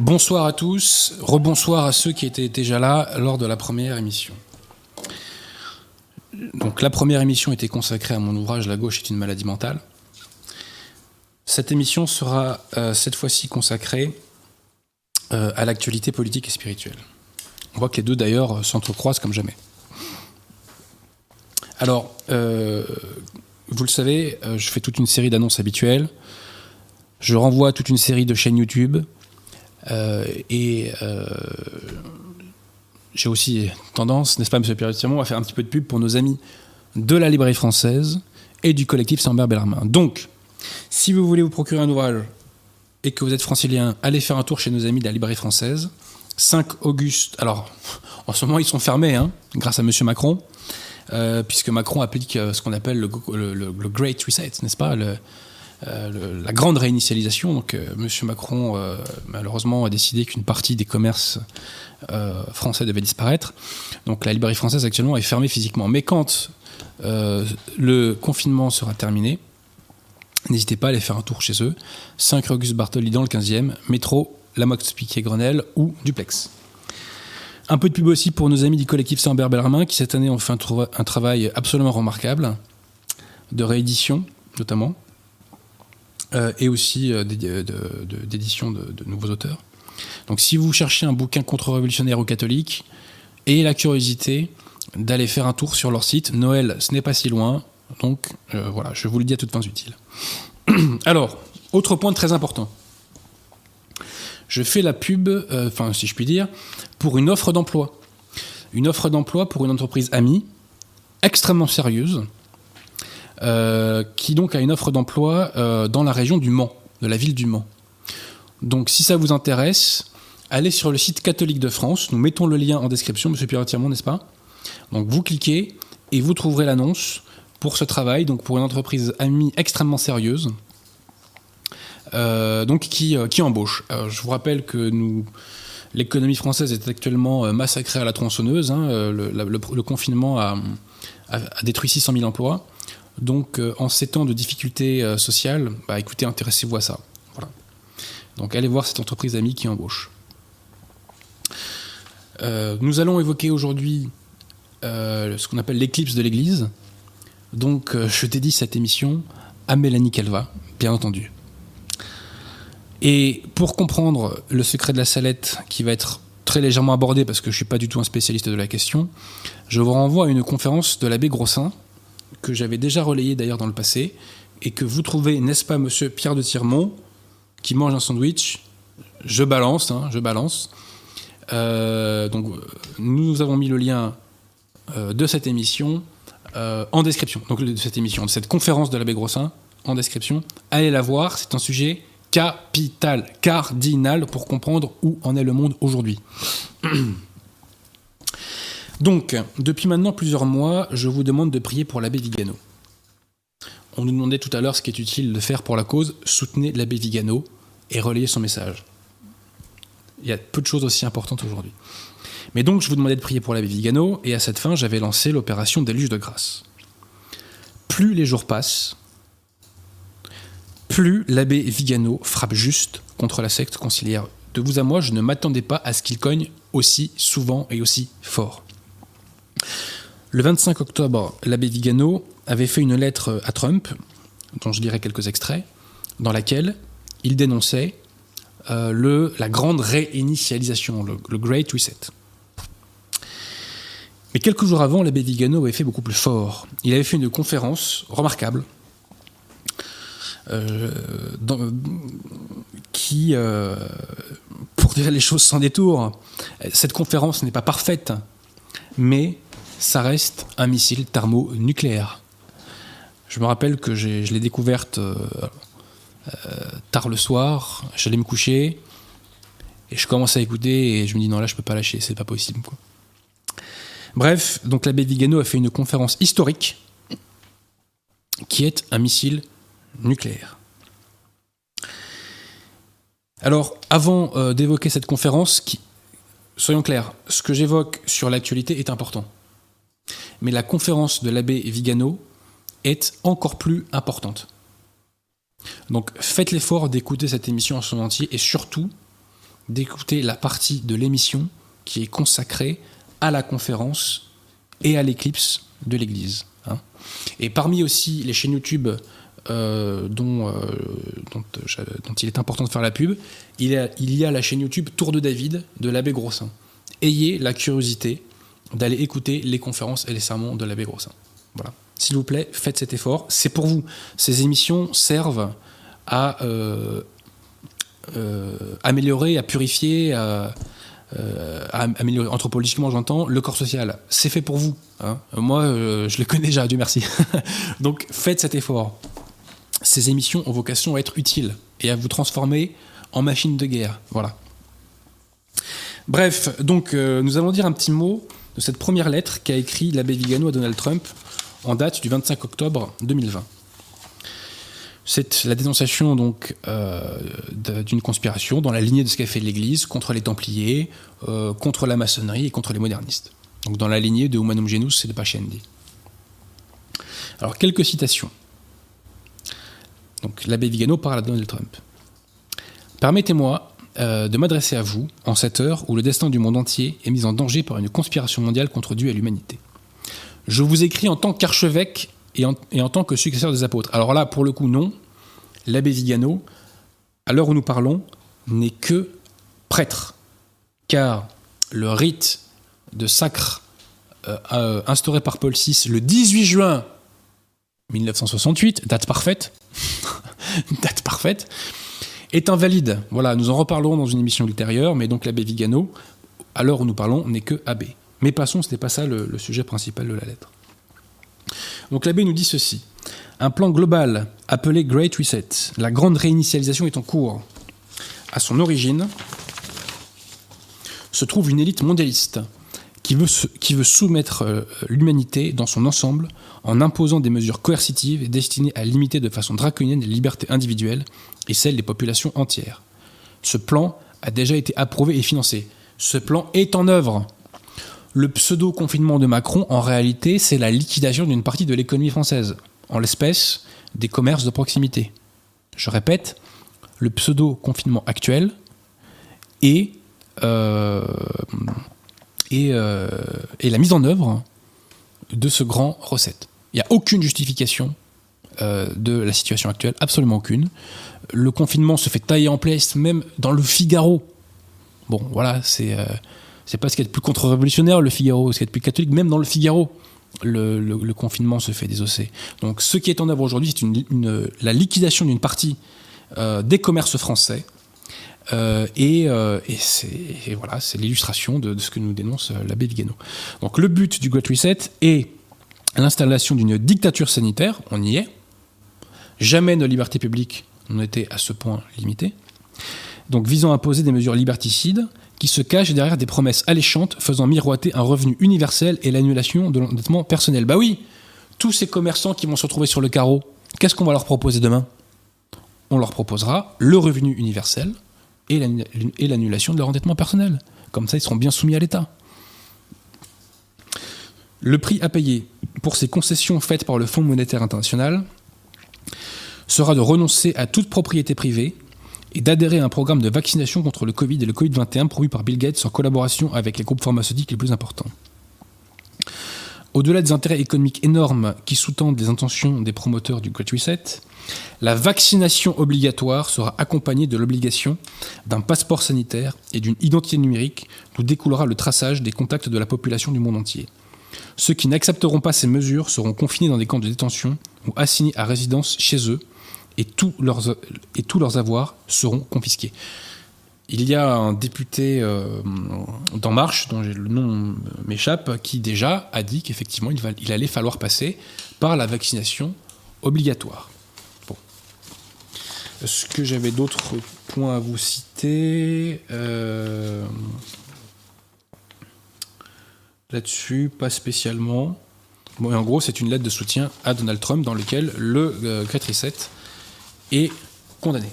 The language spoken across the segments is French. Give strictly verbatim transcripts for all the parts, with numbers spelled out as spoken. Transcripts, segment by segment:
Bonsoir à tous, rebonsoir à ceux qui étaient déjà là lors de la première émission. Donc la première émission était consacrée à mon ouvrage « La gauche est une maladie mentale ». Cette émission sera euh, cette fois-ci consacrée euh, à l'actualité politique et spirituelle. On voit que les deux d'ailleurs s'entrecroisent comme jamais. Alors, euh, vous le savez, euh, je fais toute une série d'annonces habituelles. Je renvoie à toute une série de chaînes YouTube. Euh, et euh, j'ai aussi tendance, n'est-ce pas, M. Pierre-Tirmont, à faire un petit peu de pub pour nos amis de la librairie française et du collectif Saint-Hubert-Bellarmin. Donc, si vous voulez vous procurer un ouvrage et que vous êtes francilien, allez faire un tour chez nos amis de la librairie française. cinq Auguste. Alors, en ce moment, ils sont fermés, hein, grâce à M. Macron, euh, puisque Macron applique euh, ce qu'on appelle le, le, le, le Great Reset, n'est-ce pas, le, euh, le, la grande réinitialisation. Donc, euh, M. Macron, euh, malheureusement, a décidé qu'une partie des commerces euh, français devait disparaître. Donc, la librairie française, actuellement, est fermée physiquement. Mais quand euh, le confinement sera terminé, n'hésitez pas à aller faire un tour chez eux. cinq Auguste Bartholdi dans le quinzième, métro Lamotte-Piquet-Grenelle ou Duplex. Un peu de pub aussi pour nos amis du collectif Saint-Hubert-Bellarmin qui cette année ont fait un, tra- un travail absolument remarquable, de réédition notamment, euh, et aussi euh, de, de, de, d'édition de, de nouveaux auteurs. Donc si vous cherchez un bouquin contre-révolutionnaire ou catholique, ayez la curiosité d'aller faire un tour sur leur site. Noël, ce n'est pas si loin, donc euh, voilà, je vous le dis à toutes fins utiles. Alors, autre point très important. Je fais la pub, euh, enfin si je puis dire, pour une offre d'emploi. Une offre d'emploi pour une entreprise amie, extrêmement sérieuse, euh, qui donc a une offre d'emploi euh, dans la région du Mans, de la ville du Mans. Donc si ça vous intéresse, allez sur le site catholique de France, nous mettons le lien en description, M. Pierre-Tirmont, n'est-ce pas ? Donc vous cliquez et vous trouverez l'annonce pour ce travail, donc pour une entreprise amie extrêmement sérieuse, Euh, donc qui, euh, qui embauche. Alors, je vous rappelle que nous, l'économie française est actuellement euh, massacrée à la tronçonneuse. Hein, euh, le, la, le, le confinement a, a, a détruit six cent mille emplois. Donc, euh, en ces temps de difficultés euh, sociales, bah, écoutez, intéressez-vous à ça. Voilà. Donc, allez voir cette entreprise amie qui embauche. Euh, nous allons évoquer aujourd'hui euh, ce qu'on appelle l'éclipse de l'Église. Donc, euh, je dédie cette émission à Mélanie Calva, bien entendu. Et pour comprendre le secret de la salette, qui va être très légèrement abordé parce que je ne suis pas du tout un spécialiste de la question, je vous renvoie à une conférence de l'abbé Grossin, que j'avais déjà relayée d'ailleurs dans le passé, et que vous trouvez, n'est-ce pas, monsieur Pierre de Tirmont, qui mange un sandwich. Je balance, hein, je balance. Euh, donc, nous avons mis le lien euh, de cette émission euh, en description. Donc, de cette émission, de cette conférence de l'abbé Grossin en description. Allez la voir, c'est un sujet capital, cardinal pour comprendre où en est le monde aujourd'hui. Donc, depuis maintenant plusieurs mois, je vous demande de prier pour l'abbé Vigano. On nous demandait tout à l'heure ce qui est utile de faire pour la cause. Soutenez l'abbé Vigano et relayez son message. Il y a peu de choses aussi importantes aujourd'hui. Mais donc, je vous demandais de prier pour l'abbé Vigano, et à cette fin, j'avais lancé l'opération Déluge de grâce. Plus les jours passent, plus l'abbé Vigano frappe juste contre la secte conciliaire. De vous à moi, je ne m'attendais pas à ce qu'il cogne aussi souvent et aussi fort. Le vingt-cinq octobre, l'abbé Vigano avait fait une lettre à Trump, dont je lirai quelques extraits, dans laquelle il dénonçait euh, le, la grande réinitialisation, le, le Great Reset. Mais quelques jours avant, l'abbé Vigano avait fait beaucoup plus fort. Il avait fait une conférence remarquable, Euh, dans, qui, euh, pour dire les choses sans détour, cette conférence n'est pas parfaite, mais ça reste un missile thermonucléaire. Je me rappelle que j'ai, je l'ai découverte euh, euh, tard le soir, j'allais me coucher, et je commence à écouter, et je me dis non, là je peux pas lâcher, c'est pas possible, quoi. Bref, donc l'abbé Vigano a fait une conférence historique qui est un missile nucléaire. Alors, avant euh, d'évoquer cette conférence, qui, soyons clairs, ce que j'évoque sur l'actualité est important. Mais la conférence de l'abbé Vigano est encore plus importante. Donc, faites l'effort d'écouter cette émission en son entier et surtout, d'écouter la partie de l'émission qui est consacrée à la conférence et à l'éclipse de l'Église. Hein. Et parmi aussi les chaînes YouTube euh, dont, euh, dont, euh, dont il est important de faire la pub, il y a, il y a la chaîne YouTube Tour de David de l'abbé Grossin. Ayez la curiosité d'aller écouter les conférences et les sermons de l'abbé Grossin. Voilà. S'il vous plaît, faites cet effort. C'est pour vous. Ces émissions servent à euh, euh, améliorer, à purifier, à, euh, à améliorer anthropologiquement, j'entends, le corps social. C'est fait pour vous. Hein. Moi, euh, je le connais déjà, Dieu merci. Donc, faites cet effort. Ces émissions ont vocation à être utiles et à vous transformer en machine de guerre. Voilà. Bref, donc, euh, nous allons dire un petit mot de cette première lettre qu'a écrit l'abbé Vigano à Donald Trump en date du vingt-cinq octobre deux mille vingt. C'est la dénonciation donc euh, d'une conspiration dans la lignée de ce qu'a fait l'Église contre les Templiers, euh, contre la maçonnerie et contre les modernistes. Donc dans la lignée de Humanum Genus et de Pascendi. Alors quelques citations. Donc l'abbé Vigano parle à Donald Trump. Permettez-moi euh, de m'adresser à vous en cette heure où le destin du monde entier est mis en danger par une conspiration mondiale contre Dieu et l'humanité. Je vous écris en tant qu'archevêque et en, et en tant que successeur des apôtres. Alors là, pour le coup, non. L'abbé Vigano, à l'heure où nous parlons, n'est que prêtre. Car le rite de sacre euh, euh, instauré par Paul six le dix-huit juin mille neuf cent soixante-huit, date parfaite, date parfaite, est invalide. Voilà, nous en reparlerons dans une émission ultérieure, mais donc l'abbé Vigano, à l'heure où nous parlons, n'est que abbé. Mais passons, ce n'est pas ça le, le sujet principal de la lettre. Donc l'abbé nous dit ceci. Un plan global appelé Great Reset, la grande réinitialisation est en cours. À son origine se trouve une élite mondialiste qui veut, se, qui veut soumettre euh, l'humanité dans son ensemble en imposant des mesures coercitives destinées à limiter de façon draconienne les libertés individuelles et celles des populations entières. Ce plan a déjà été approuvé et financé. Ce plan est en œuvre. Le pseudo-confinement de Macron, en réalité, c'est la liquidation d'une partie de l'économie française, en l'espèce des commerces de proximité. Je répète, le pseudo-confinement actuel est, euh, est, euh, est la mise en œuvre de ce grand recette. Il n'y a aucune justification euh, de la situation actuelle, absolument aucune. Le confinement se fait tailler en place même dans le Figaro. Bon, voilà, c'est... Euh, C'est pas ce qu'il y a de plus contre-révolutionnaire, le Figaro, ce qu'il y a de plus catholique. Même dans le Figaro, le, le, le confinement se fait désosser. Donc ce qui est en œuvre aujourd'hui, c'est une, une, la liquidation d'une partie euh, des commerces français. Euh, et euh, et, c'est, et voilà, c'est l'illustration de, de ce que nous dénonce euh, l'abbé Vigano. Donc le but du Great Reset est l'installation d'une dictature sanitaire, on y est. Jamais nos libertés publiques n'ont été à ce point limitées. Donc visant à imposer des mesures liberticides qui se cachent derrière des promesses alléchantes faisant miroiter un revenu universel et l'annulation de l'endettement personnel. Bah oui, tous ces commerçants qui vont se retrouver sur le carreau, qu'est-ce qu'on va leur proposer demain ? On leur proposera le revenu universel et l'annulation de leur endettement personnel. Comme ça, ils seront bien soumis à l'État. Le prix à payer pour ces concessions faites par le Fonds monétaire international sera de renoncer à toute propriété privée et d'adhérer à un programme de vaccination contre le Covid et le covid vingt et un promu par Bill Gates en collaboration avec les groupes pharmaceutiques les plus importants. Au-delà des intérêts économiques énormes qui sous-tendent les intentions des promoteurs du Great Reset, la vaccination obligatoire sera accompagnée de l'obligation d'un passeport sanitaire et d'une identité numérique d'où découlera le traçage des contacts de la population du monde entier. Ceux qui n'accepteront pas ces mesures seront confinés dans des camps de détention ou assignés à résidence chez eux, et tous leurs, et tous leurs avoirs seront confisqués. Il y a un député euh, d'En Marche, dont le nom m'échappe, qui déjà a dit qu'effectivement il, va, il allait falloir passer par la vaccination obligatoire. Bon. Est-ce que j'avais d'autres points à vous citer euh, là-dessus, pas spécialement. Bon, et en gros, c'est une lettre de soutien à Donald Trump dans laquelle le euh, Great Reset est condamné.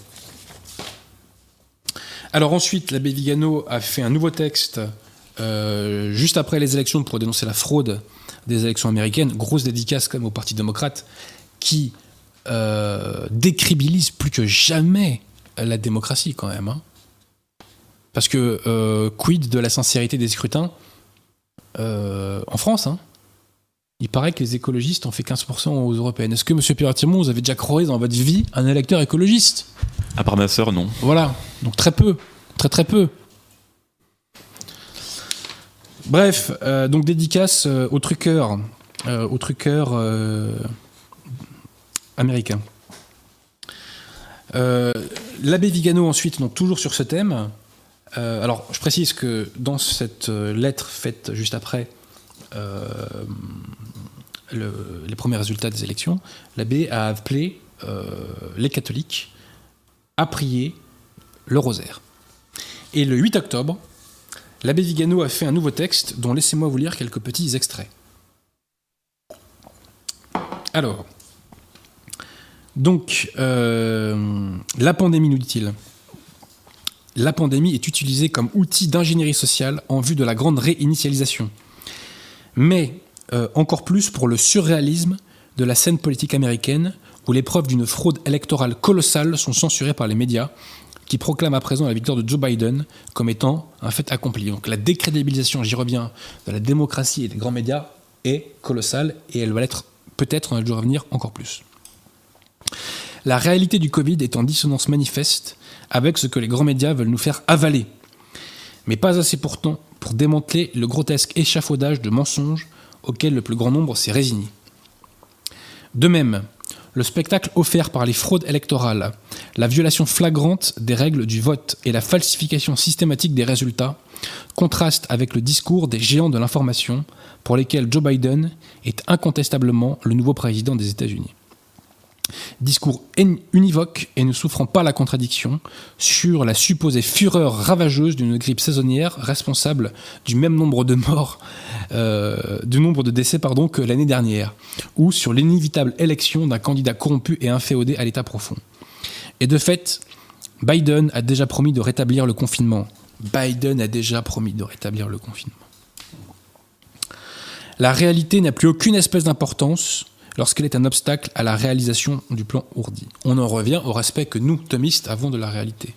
Alors ensuite, l'abbé Vigano a fait un nouveau texte euh, juste après les élections pour dénoncer la fraude des élections américaines. Grosse dédicace quand même au Parti démocrate qui euh, décrédibilise plus que jamais la démocratie quand même. Hein. Parce que euh, quid de la sincérité des scrutins euh, en France, hein. Il paraît que les écologistes ont fait quinze pour cent aux européennes. Est-ce que, monsieur Pierre-Timon, vous avez déjà croisé dans votre vie un électeur écologiste? À part ma sœur, non. Voilà, donc très peu, très très peu. Bref, euh, donc dédicace euh, aux truqueurs, euh, aux truqueurs euh, américains. Euh, L'abbé Vigano ensuite, donc toujours sur ce thème. Euh, alors, je précise que dans cette lettre faite juste après euh, le, les premiers résultats des élections, l'abbé a appelé euh, les catholiques à prier le rosaire. Et le huit octobre, l'abbé Vigano a fait un nouveau texte dont laissez-moi vous lire quelques petits extraits. Alors, donc, euh, la pandémie, nous dit-il, la pandémie est utilisée comme outil d'ingénierie sociale en vue de la grande réinitialisation. Mais euh, encore plus pour le surréalisme de la scène politique américaine, où les preuves d'une fraude électorale colossale sont censurées par les médias, qui proclament à présent la victoire de Joe Biden comme étant un fait accompli. Donc la décrédibilisation, j'y reviens, de la démocratie et des grands médias est colossale, et elle va l'être peut-être dans les jours à venir encore plus. La réalité du Covid est en dissonance manifeste avec ce que les grands médias veulent nous faire avaler, mais pas assez pourtant pour démanteler le grotesque échafaudage de mensonges auquel le plus grand nombre s'est résigné. De même, le spectacle offert par les fraudes électorales, la violation flagrante des règles du vote et la falsification systématique des résultats contrastent avec le discours des géants de l'information pour lesquels Joe Biden est incontestablement le nouveau président des États-Unis. Discours univoque et ne souffrant pas la contradiction sur la supposée fureur ravageuse d'une grippe saisonnière responsable du même nombre de morts, euh, du nombre de décès pardon, que l'année dernière, ou sur l'inévitable élection d'un candidat corrompu et inféodé à l'état profond. Et de fait, Biden a déjà promis de rétablir le confinement. Biden a déjà promis de rétablir le confinement. La réalité n'a plus aucune espèce d'importance lorsqu'elle est un obstacle à la réalisation du plan ourdi. On en revient au respect que nous, thomistes, avons de la réalité.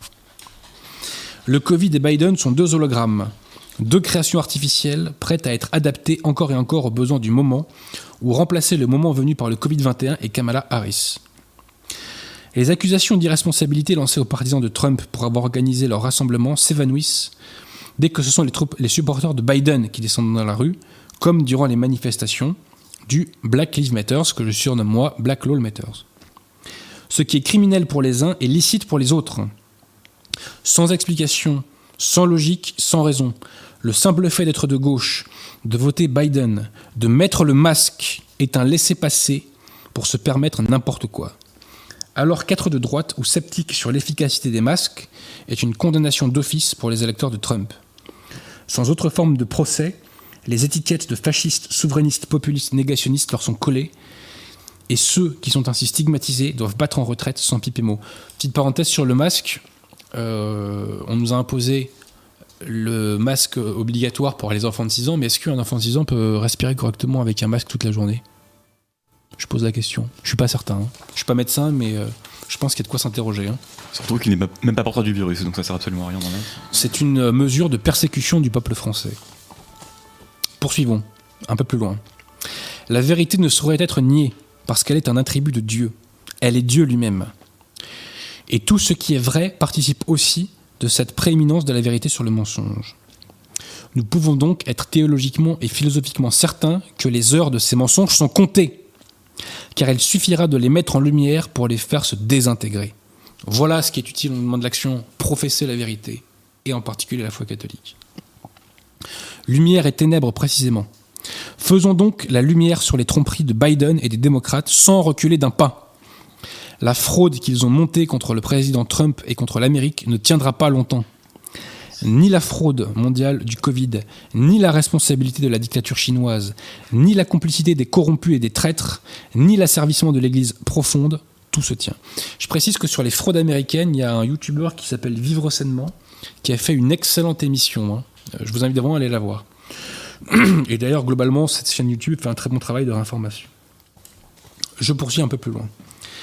Le Covid et Biden sont deux hologrammes, deux créations artificielles prêtes à être adaptées encore et encore aux besoins du moment, ou remplacer le moment venu par le covid vingt et un et Kamala Harris. Les accusations d'irresponsabilité lancées aux partisans de Trump pour avoir organisé leur rassemblement s'évanouissent dès que ce sont les, troupes, les supporters de Biden qui descendent dans la rue, comme durant les manifestations du Black Lives Matter, que je surnomme moi Black Law Matters. Ce qui est criminel pour les uns est licite pour les autres. Sans explication, sans logique, sans raison. Le simple fait d'être de gauche, de voter Biden, de mettre le masque est un laissez-passer pour se permettre n'importe quoi. Alors qu'être de droite ou sceptique sur l'efficacité des masques est une condamnation d'office pour les électeurs de Trump. Sans autre forme de procès, les étiquettes de fascistes, souverainistes, populistes, négationnistes leur sont collées, et ceux qui sont ainsi stigmatisés doivent battre en retraite sans pipe et mot. Petite parenthèse sur le masque, euh, on nous a imposé le masque obligatoire pour les enfants de six ans, mais est-ce qu'un enfant de six ans peut respirer correctement avec un masque toute la journée ? Je pose la question. Je suis pas certain. Hein. Je suis pas médecin, mais euh, je pense qu'il y a de quoi s'interroger. Hein. Surtout qu'il n'est même pas porteur du virus, donc ça sert absolument à rien dans la... C'est une mesure de persécution du peuple français. Poursuivons, un peu plus loin. La vérité ne saurait être niée, parce qu'elle est un attribut de Dieu. Elle est Dieu lui-même. Et tout ce qui est vrai participe aussi de cette prééminence de la vérité sur le mensonge. Nous pouvons donc être théologiquement et philosophiquement certains que les heures de ces mensonges sont comptées, car il suffira de les mettre en lumière pour les faire se désintégrer. Voilà ce qui est utile au moment de l'action, professer la vérité, et en particulier la foi catholique. Lumière et ténèbres précisément. Faisons donc la lumière sur les tromperies de Biden et des démocrates sans reculer d'un pas. La fraude qu'ils ont montée contre le président Trump et contre l'Amérique ne tiendra pas longtemps. Ni la fraude mondiale du Covid, ni la responsabilité de la dictature chinoise, ni la complicité des corrompus et des traîtres, ni l'asservissement de l'Église profonde, tout se tient. Je précise que sur les fraudes américaines, il y a un youtubeur qui s'appelle Vivre Sainement, qui a fait une excellente émission, hein. Je vous invite vraiment à aller la voir. Et d'ailleurs, globalement, cette chaîne YouTube fait un très bon travail de réinformation. Je poursuis un peu plus loin.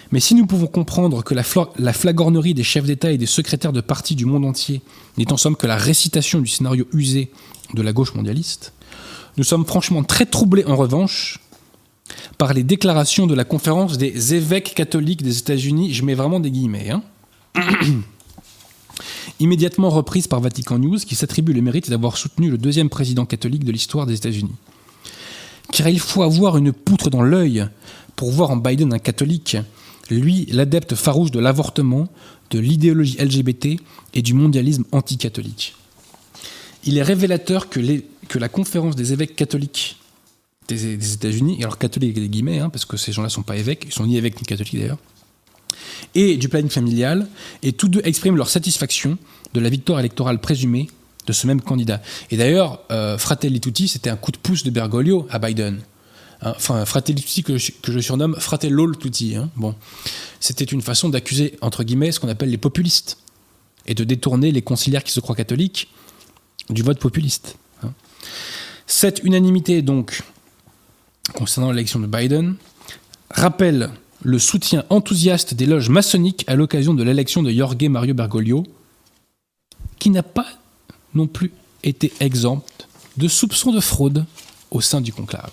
Mais si nous pouvons comprendre que la, fla- la flagornerie des chefs d'État et des secrétaires de partis du monde entier n'est en somme que la récitation du scénario usé de la gauche mondialiste, nous sommes franchement très troublés en revanche par les déclarations de la conférence des évêques catholiques des États-Unis, je mets vraiment des guillemets, hein, immédiatement reprise par Vatican News, qui s'attribue le mérite d'avoir soutenu le deuxième président catholique de l'histoire des États-Unis. Car il faut avoir une poutre dans l'œil pour voir en Biden un catholique, lui, l'adepte farouche de l'avortement, de l'idéologie L G B T et du mondialisme anticatholique. Il est révélateur que, les, que la conférence des évêques catholiques des, des États-Unis, alors catholiques avec des guillemets, hein, parce que ces gens-là ne sont pas évêques, ils sont ni évêques ni catholiques d'ailleurs, et du planning familial, et tous deux expriment leur satisfaction de la victoire électorale présumée de ce même candidat. Et d'ailleurs, euh, Fratelli Tutti, c'était un coup de pouce de Bergoglio à Biden. Hein, enfin, Fratelli Tutti que je, que je surnomme Fratello Tutti. Hein, bon. C'était une façon d'accuser, entre guillemets, ce qu'on appelle les populistes, et de détourner les conciliaires qui se croient catholiques du vote populiste. Hein. Cette unanimité, donc, concernant l'élection de Biden, rappelle le soutien enthousiaste des loges maçonniques à l'occasion de l'élection de Jorge Mario Bergoglio, qui n'a pas non plus été exempte de soupçons de fraude au sein du conclave.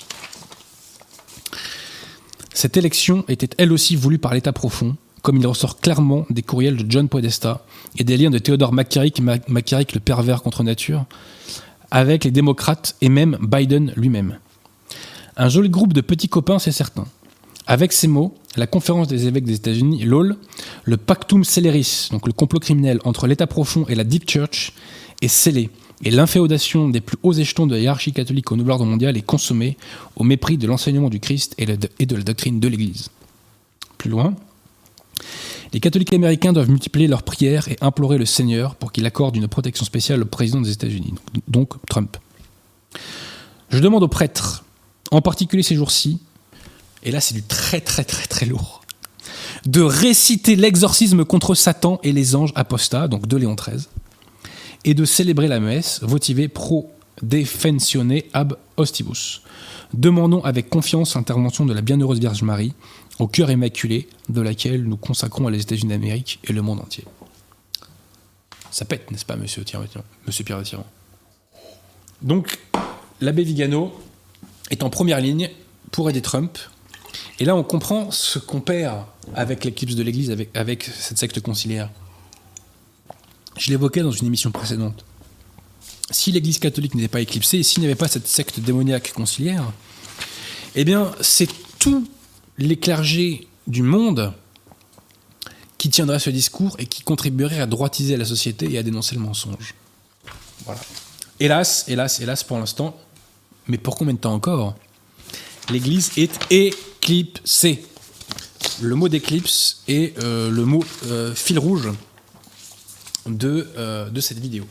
Cette élection était elle aussi voulue par l'État profond, comme il ressort clairement des courriels de John Podesta et des liens de Theodore McCarrick, McCarrick le pervers contre nature, avec les démocrates et même Biden lui-même. Un joli groupe de petits copains, c'est certain. Avec ces mots, la conférence des évêques des États-Unis, l'A U L, le pactum celeris, donc le complot criminel entre l'État profond et la Deep Church, est scellé, et l'inféodation des plus hauts échelons de la hiérarchie catholique au nouvel ordre mondial est consommée au mépris de l'enseignement du Christ et de la doctrine de l'Église. Plus loin, les catholiques américains doivent multiplier leurs prières et implorer le Seigneur pour qu'il accorde une protection spéciale au président des États-Unis, donc Trump. Je demande aux prêtres, en particulier ces jours-ci, et là c'est du très très très très lourd, de réciter l'exorcisme contre Satan et les anges apostats, donc de Léon treize, et de célébrer la messe votive pro defensione ab ostibus. Demandons avec confiance l'intervention de la bienheureuse Vierge Marie, au cœur immaculé de laquelle nous consacrons à les États-Unis d'Amérique et le monde entier. Ça pète, n'est-ce pas, monsieur, monsieur Pierre de Tiran? Donc, l'abbé Vigano est en première ligne pour aider Trump. Et là, on comprend ce qu'on perd avec l'éclipse de l'Église, avec, avec cette secte conciliaire. Je l'évoquais dans une émission précédente. Si l'Église catholique n'était pas éclipsée, et s'il n'y avait pas cette secte démoniaque conciliaire, eh bien, c'est tous les clergés du monde qui tiendraient ce discours et qui contribueraient à droitiser la société et à dénoncer le mensonge. Voilà. Hélas, hélas, hélas pour l'instant, mais pour combien de temps encore, l'Église est éclipsée. Le mot d'éclipse est euh, le mot euh, fil rouge de, euh, de cette vidéo.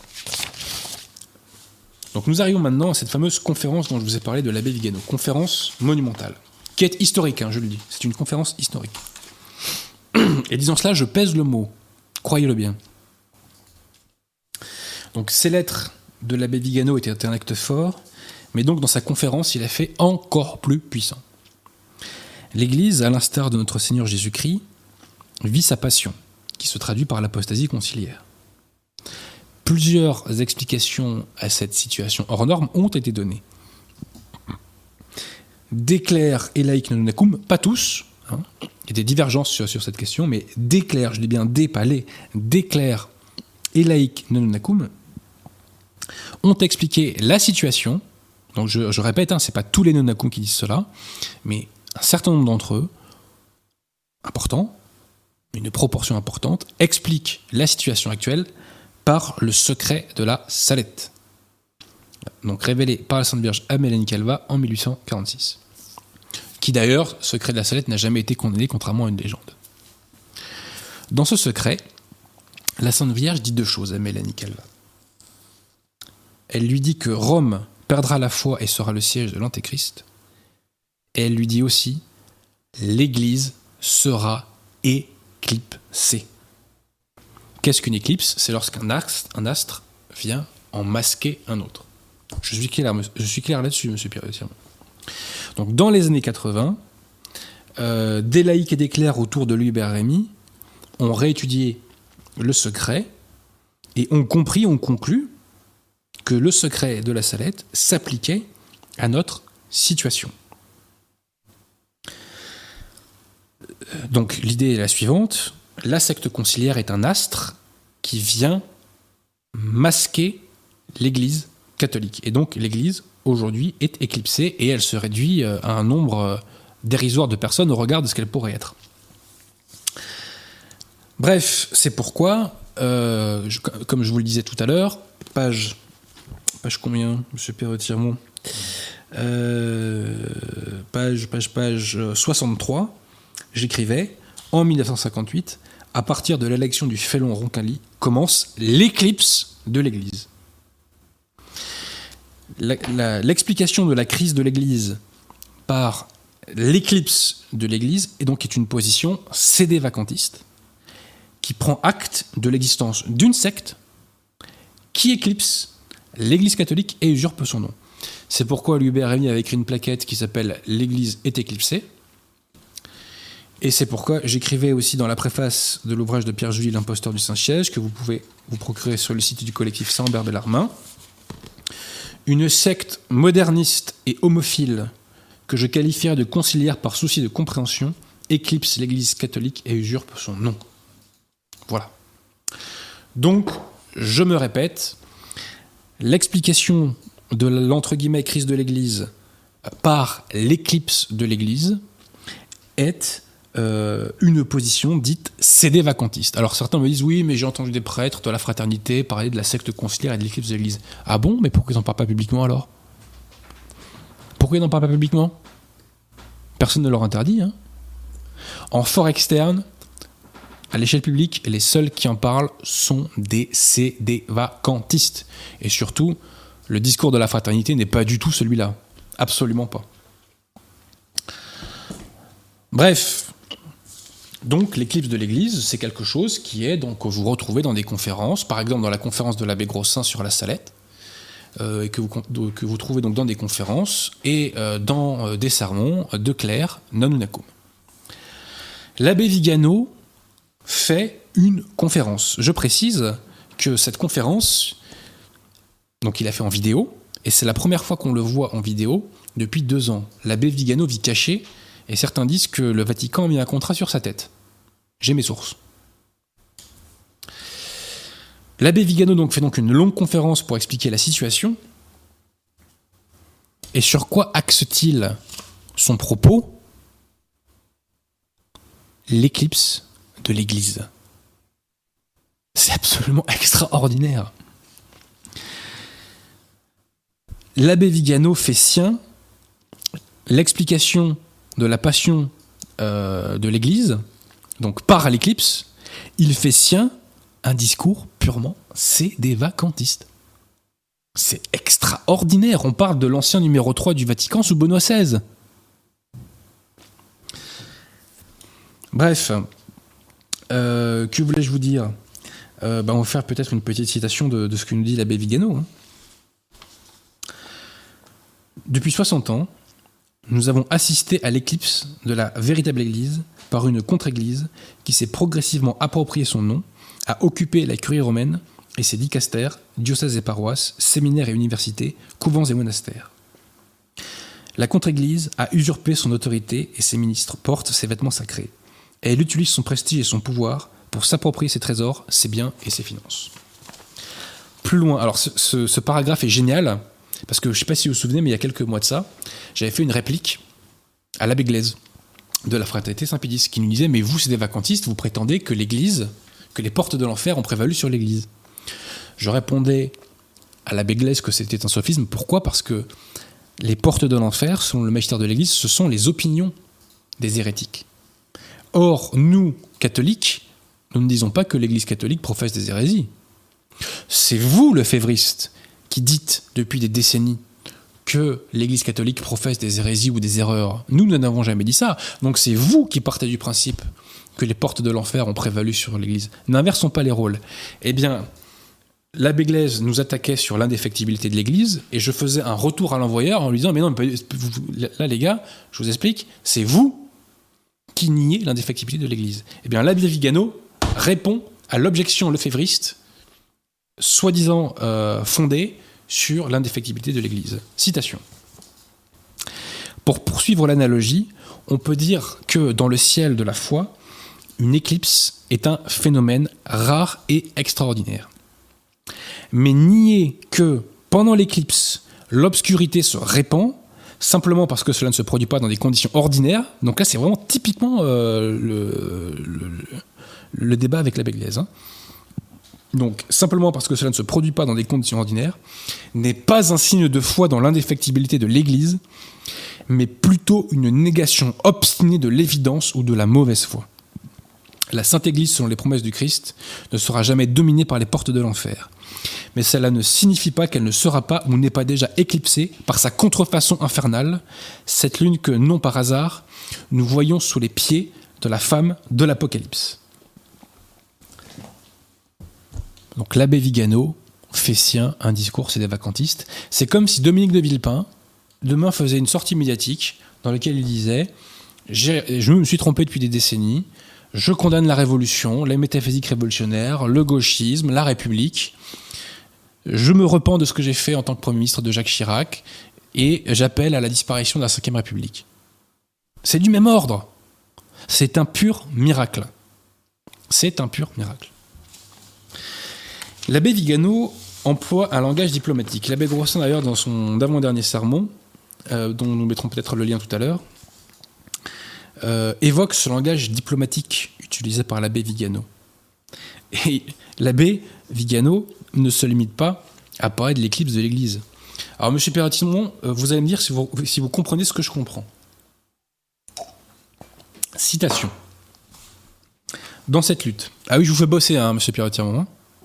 Donc nous arrivons maintenant à cette fameuse conférence dont je vous ai parlé de l'abbé Vigano, conférence monumentale, qui est historique, hein, je le dis, c'est une conférence historique. Et disant cela, je pèse le mot, croyez-le bien. Donc ces lettres de l'abbé Vigano étaient un acte fort, mais donc dans sa conférence, il a fait encore plus puissant. L'Église, à l'instar de notre Seigneur Jésus-Christ, vit sa passion, qui se traduit par l'apostasie conciliaire. Plusieurs explications à cette situation hors norme ont été données. Des clercs et laïcs non nacum, pas tous, hein, il y a des divergences sur, sur cette question, mais des clercs, je dis bien des, pas les, des clercs et laïcs non nacum ont expliqué la situation. Donc je, je répète, hein, ce n'est pas tous les non nacum qui disent cela, mais un certain nombre d'entre eux, important, une proportion importante, expliquent la situation actuelle par le secret de la Salette, donc révélé par la Sainte Vierge à Mélanie Calva en mille huit cent quarante-six, qui d'ailleurs, secret de la Salette, n'a jamais été condamné contrairement à une légende. Dans ce secret, la Sainte Vierge dit deux choses à Mélanie Calva. Elle lui dit que Rome perdra la foi et sera le siège de l'Antéchrist, et elle lui dit aussi l'Église sera éclipsée. Qu'est-ce qu'une éclipse? C'est lorsqu'un astre, un astre vient en masquer un autre. Je suis clair, je suis clair là-dessus, monsieur Pierre. Donc, dans les années quatre-vingts, euh, des laïcs et des clercs autour de Hubert Rémy ont réétudié le secret et ont compris, ont conclu que le secret de la Salette s'appliquait à notre situation. Donc l'idée est la suivante, la secte conciliaire est un astre qui vient masquer l'Église catholique. Et donc l'Église, aujourd'hui, est éclipsée et elle se réduit à un nombre dérisoire de personnes au regard de ce qu'elle pourrait être. Bref, c'est pourquoi, euh, je, comme je vous le disais tout à l'heure, page, page combien, monsieur Perret-Tirmont, euh, page, page, page soixante-trois, j'écrivais, en mille neuf cent cinquante-huit, à partir de l'élection du Félon Roncalli, commence l'éclipse de l'Église. La, la, l'explication de la crise de l'Église par l'éclipse de l'Église est donc est une position cédé-vacantiste qui prend acte de l'existence d'une secte qui éclipse l'Église catholique et usurpe son nom. C'est pourquoi Hubert Rémy avait écrit une plaquette qui s'appelle « L'Église est éclipsée ». Et c'est pourquoi j'écrivais aussi dans la préface de l'ouvrage de Pierre July, L'imposteur du Saint-Siège, que vous pouvez vous procurer sur le site du collectif Saint-Ambert-Bellarmin, une secte moderniste et homophile que je qualifierais de conciliaire par souci de compréhension éclipse l'Église catholique et usurpe son nom. Voilà. Donc, je me répète, l'explication de l'entre guillemets crise de l'Église par l'éclipse de l'Église est euh, une position dite cédé-vacantiste. Alors certains me disent oui, mais j'ai entendu des prêtres de la fraternité parler de la secte conciliaire et de l'éclipse de l'Église. Ah bon, mais pourquoi ils n'en parlent pas publiquement alors ? Pourquoi ils n'en parlent pas publiquement ? Personne ne leur interdit. Hein. En fort externe, à l'échelle publique, les seuls qui en parlent sont des cédé-vacantistes. Et surtout, le discours de la fraternité n'est pas du tout celui-là. Absolument pas. Bref, donc l'éclipse de l'Église, c'est quelque chose qui est, donc, que vous retrouvez dans des conférences, par exemple dans la conférence de l'abbé Grossin sur la Salette, euh, et que vous, que vous trouvez donc dans des conférences et euh, dans euh, des sermons de clercs non unacum. L'abbé Vigano fait une conférence. Je précise que cette conférence, donc il a fait en vidéo, et c'est la première fois qu'on le voit en vidéo depuis deux ans. L'abbé Vigano vit caché, et certains disent que le Vatican a mis un contrat sur sa tête. J'ai mes sources. L'abbé Vigano donc fait donc une longue conférence pour expliquer la situation. Et sur quoi axe-t-il son propos ? L'éclipse de l'Église. C'est absolument extraordinaire. L'abbé Vigano fait sien l'explication de la passion euh, de l'Église, donc par l'éclipse, il fait sien un discours purement cédé-vacantiste. C'est extraordinaire, on parle de l'ancien numéro trois du Vatican sous Benoît seize. Bref, euh, que voulais-je vous dire ? euh, bah On va faire peut-être une petite citation de, de ce que nous dit l'abbé Vigano. Hein. Depuis soixante ans, nous avons assisté à l'éclipse de la véritable Église par une contre-Église qui s'est progressivement approprié son nom, a occupé la curie romaine et ses dicastères, diocèses et paroisses, séminaires et universités, couvents et monastères. La contre-Église a usurpé son autorité et ses ministres portent ses vêtements sacrés. Et elle utilise son prestige et son pouvoir pour s'approprier ses trésors, ses biens et ses finances. Plus loin, alors ce, ce, ce paragraphe est génial, parce que je ne sais pas si vous vous souvenez, mais il y a quelques mois de ça, j'avais fait une réplique à l'abbé Glaise de la fraternité Saint-Pédis, qui nous disait « Mais vous, c'est des vacantistes, vous prétendez que l'Église, que les portes de l'enfer ont prévalu sur l'Église. » Je répondais à l'abbé Glaise que c'était un sophisme. Pourquoi ? Parce que les portes de l'enfer, selon le magistère de l'Église, ce sont les opinions des hérétiques. Or, nous, catholiques, nous ne disons pas que l'Église catholique professe des hérésies. C'est vous, le févriste, qui dites depuis des décennies que l'Église catholique professe des hérésies ou des erreurs. Nous, nous n'avons jamais dit ça. Donc c'est vous qui partez du principe que les portes de l'enfer ont prévalu sur l'Église. N'inversons pas les rôles. Eh bien, l'abbé Glaise nous attaquait sur l'indéfectibilité de l'Église et je faisais un retour à l'envoyeur en lui disant « Mais non, mais là les gars, je vous explique, c'est vous qui niait l'indéfectibilité de l'Église. Eh bien, l'abbé Vigano répond à l'objection lefévriste, soi-disant euh, fondée sur l'indéfectibilité de l'Église. Citation. Pour poursuivre l'analogie, on peut dire que dans le ciel de la foi, une éclipse est un phénomène rare et extraordinaire. Mais nier que pendant l'éclipse, l'obscurité se répand, simplement parce que cela ne se produit pas dans des conditions ordinaires, donc là c'est vraiment typiquement euh, le, le, le débat avec l'abbé Glaise. Hein. Donc simplement parce que cela ne se produit pas dans des conditions ordinaires, n'est pas un signe de foi dans l'indéfectibilité de l'Église, mais plutôt une négation obstinée de l'évidence ou de la mauvaise foi. La Sainte Église, selon les promesses du Christ, ne sera jamais dominée par les portes de l'enfer. Mais cela ne signifie pas qu'elle ne sera pas ou n'est pas déjà éclipsée par sa contrefaçon infernale, cette lune que, non par hasard, nous voyons sous les pieds de la femme de l'Apocalypse. Donc l'abbé Vigano fait sien un discours sédévacantiste. C'est comme si Dominique de Villepin, demain, faisait une sortie médiatique dans laquelle il disait « Je me suis trompé depuis des décennies, je condamne la révolution, les métaphysiques révolutionnaires, le gauchisme, la République. Je me repens de ce que j'ai fait en tant que Premier ministre de Jacques Chirac et j'appelle à la disparition de la cinquième République. » C'est du même ordre. C'est un pur miracle. C'est un pur miracle. L'abbé Vigano emploie un langage diplomatique. L'abbé Grossin, d'ailleurs, dans son avant-dernier sermon, euh, dont nous mettrons peut-être le lien tout à l'heure, euh, évoque ce langage diplomatique utilisé par l'abbé Vigano. Et l'abbé Vigano ne se limite pas à parler de l'éclipse de l'Église. Alors, M. Perratimon, vous allez me dire si vous, si vous comprenez ce que je comprends. Citation. Dans cette lutte... Ah oui, je vous fais bosser, hein, M. Perratimon. Hein.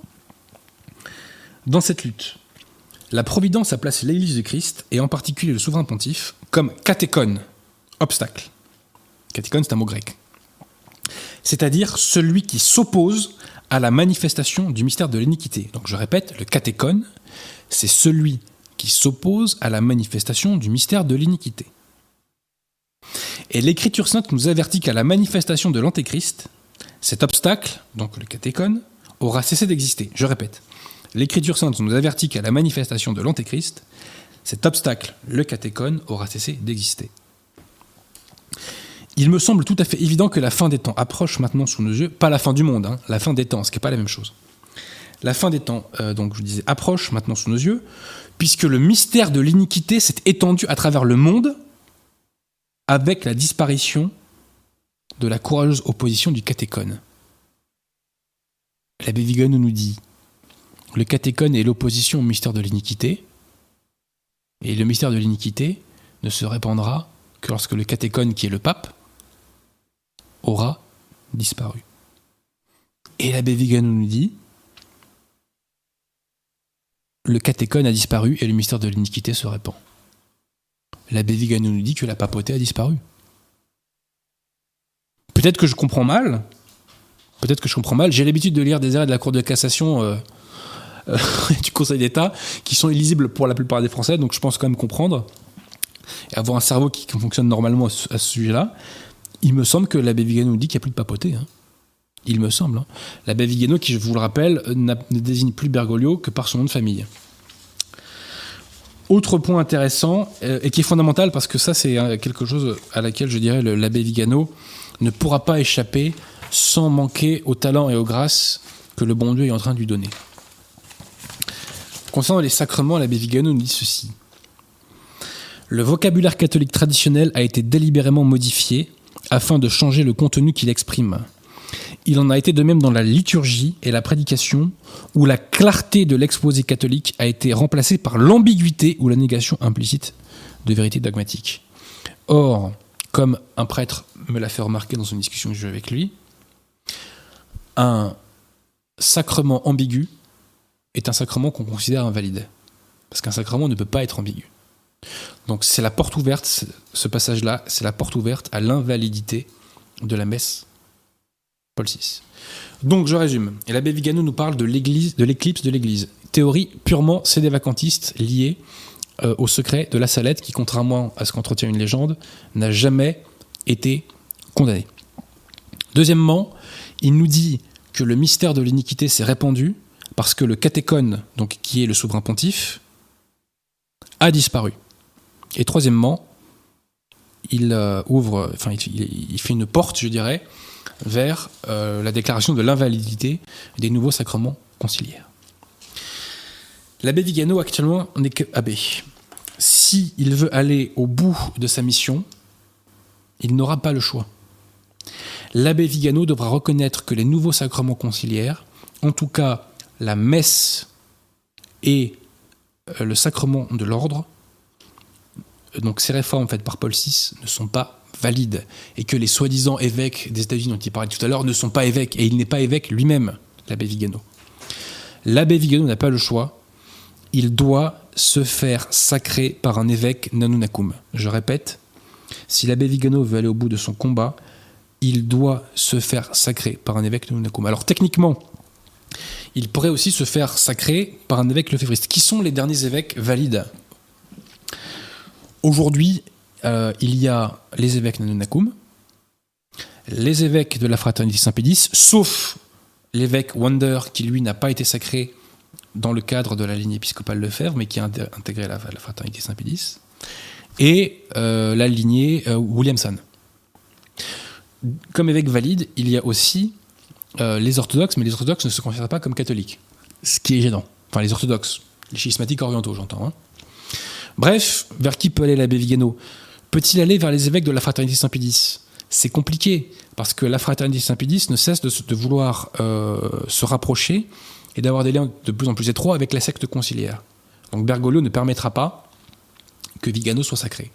Dans cette lutte, la Providence a placé l'Église du Christ, et en particulier le souverain pontife, comme katékon, obstacle. Katékon, c'est un mot grec. C'est-à-dire celui qui s'oppose à la manifestation du mystère de l'iniquité. Donc je répète, le katékon, c'est celui qui s'oppose à la manifestation du mystère de l'iniquité. Et l'Écriture sainte nous avertit qu'à la manifestation de l'Antéchrist, cet obstacle, donc le katékon, aura cessé d'exister. Je répète. L'Écriture sainte nous avertit qu'à la manifestation de l'Antéchrist, cet obstacle, le katékon, aura cessé d'exister. Il me semble tout à fait évident que la fin des temps approche maintenant sous nos yeux, pas la fin du monde, hein, la fin des temps, ce qui n'est pas la même chose. La fin des temps, euh, donc je vous disais, approche maintenant sous nos yeux, puisque le mystère de l'iniquité s'est étendu à travers le monde avec la disparition de la courageuse opposition du katékon. L'abbé Vigano nous dit: le katékon est l'opposition au mystère de l'iniquité, et le mystère de l'iniquité ne se répandra que lorsque le katékon, qui est le pape, aura disparu. Et l'abbé Vigano nous dit: le katékon a disparu et le mystère de l'iniquité se répand. L'abbé Vigano nous dit que la papauté a disparu. Peut-être que je comprends mal, peut-être que je comprends mal, j'ai l'habitude de lire des arrêts de la Cour de cassation euh, euh, du Conseil d'État qui sont illisibles pour la plupart des Français, donc je pense quand même comprendre et avoir un cerveau qui fonctionne normalement à ce, à ce sujet-là. Il me semble que l'abbé Vigano nous dit qu'il n'y a plus de papauté. Hein. Il me semble. Hein. L'abbé Vigano, qui, je vous le rappelle, ne désigne plus Bergoglio que par son nom de famille. Autre point intéressant, euh, et qui est fondamental, parce que ça, c'est euh, quelque chose à laquelle, je dirais, le, l'abbé Vigano ne pourra pas échapper sans manquer au talent et aux grâces que le bon Dieu est en train de lui donner. Concernant les sacrements, l'abbé Vigano nous dit ceci. Le vocabulaire catholique traditionnel a été délibérément modifié afin de changer le contenu qu'il exprime. Il en a été de même dans la liturgie et la prédication, où la clarté de l'exposé catholique a été remplacée par l'ambiguïté ou la négation implicite de vérité dogmatique. Or, comme un prêtre me l'a fait remarquer dans une discussion que j'ai eue avec lui, un sacrement ambigu est un sacrement qu'on considère invalide. Parce qu'un sacrement ne peut pas être ambigu. Donc c'est la porte ouverte, ce passage-là, c'est la porte ouverte à l'invalidité de la messe Paul six. Donc je résume. Et l'abbé Vigano nous parle de, l'église, de l'éclipse de l'Église. Théorie purement sédévacantiste liée euh, au secret de la Salette qui, contrairement à ce qu'entretient une légende, n'a jamais été condamné. Deuxièmement, il nous dit que le mystère de l'iniquité s'est répandu parce que le catéchone, donc qui est le souverain pontife, a disparu. Et troisièmement, il euh, ouvre, enfin, il, il fait une porte, je dirais, vers euh, la déclaration de l'invalidité des nouveaux sacrements conciliaires. L'abbé Vigano, actuellement, n'est que abbé. S'il veut aller au bout de sa mission, il n'aura pas le choix. L'abbé Vigano devra reconnaître que les nouveaux sacrements conciliaires, en tout cas la messe et euh, le sacrement de l'ordre, donc ces réformes faites par Paul six, ne sont pas valides, et que les soi-disant évêques des États-Unis dont il parlait tout à l'heure ne sont pas évêques, et il n'est pas évêque lui-même, l'abbé Vigano. L'abbé Vigano n'a pas le choix, il doit se faire sacrer par un évêque nanunacum. Je répète, si l'abbé Vigano veut aller au bout de son combat, il doit se faire sacrer par un évêque nanunacum. Alors techniquement, il pourrait aussi se faire sacrer par un évêque lefévriste. Qui sont les derniers évêques valides ? Aujourd'hui, euh, il y a les évêques nanunacum, les évêques de la fraternité Saint-Pédis, sauf l'évêque Wander, qui lui n'a pas été sacré dans le cadre de la ligne épiscopale Lefebvre, mais qui a intégré la, la fraternité Saint-Pédis, et euh, la lignée euh, Williamson. Comme évêque valide, il y a aussi euh, les orthodoxes, mais les orthodoxes ne se considèrent pas comme catholiques, ce qui est gênant. Enfin, les orthodoxes, les schismatiques orientaux, j'entends. Hein. Bref, vers qui peut aller l'abbé Vigano ? Peut-il aller vers les évêques de la fraternité Saint-Pédis ? C'est compliqué, parce que la fraternité Saint-Pédis ne cesse de, de vouloir euh, se rapprocher et d'avoir des liens de plus en plus étroits avec la secte conciliaire. Donc Bergoglio ne permettra pas que Vigano soit sacré.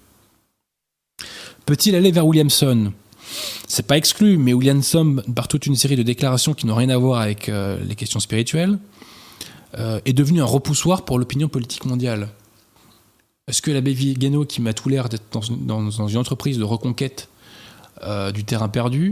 Peut-il aller vers Williamson ? C'est pas exclu, mais Williamson, par toute une série de déclarations qui n'ont rien à voir avec euh, les questions spirituelles, euh, est devenu un repoussoir pour l'opinion politique mondiale. Est-ce que l'abbé Vigano, qui m'a tout l'air d'être dans, dans, dans une entreprise de reconquête euh, du terrain perdu,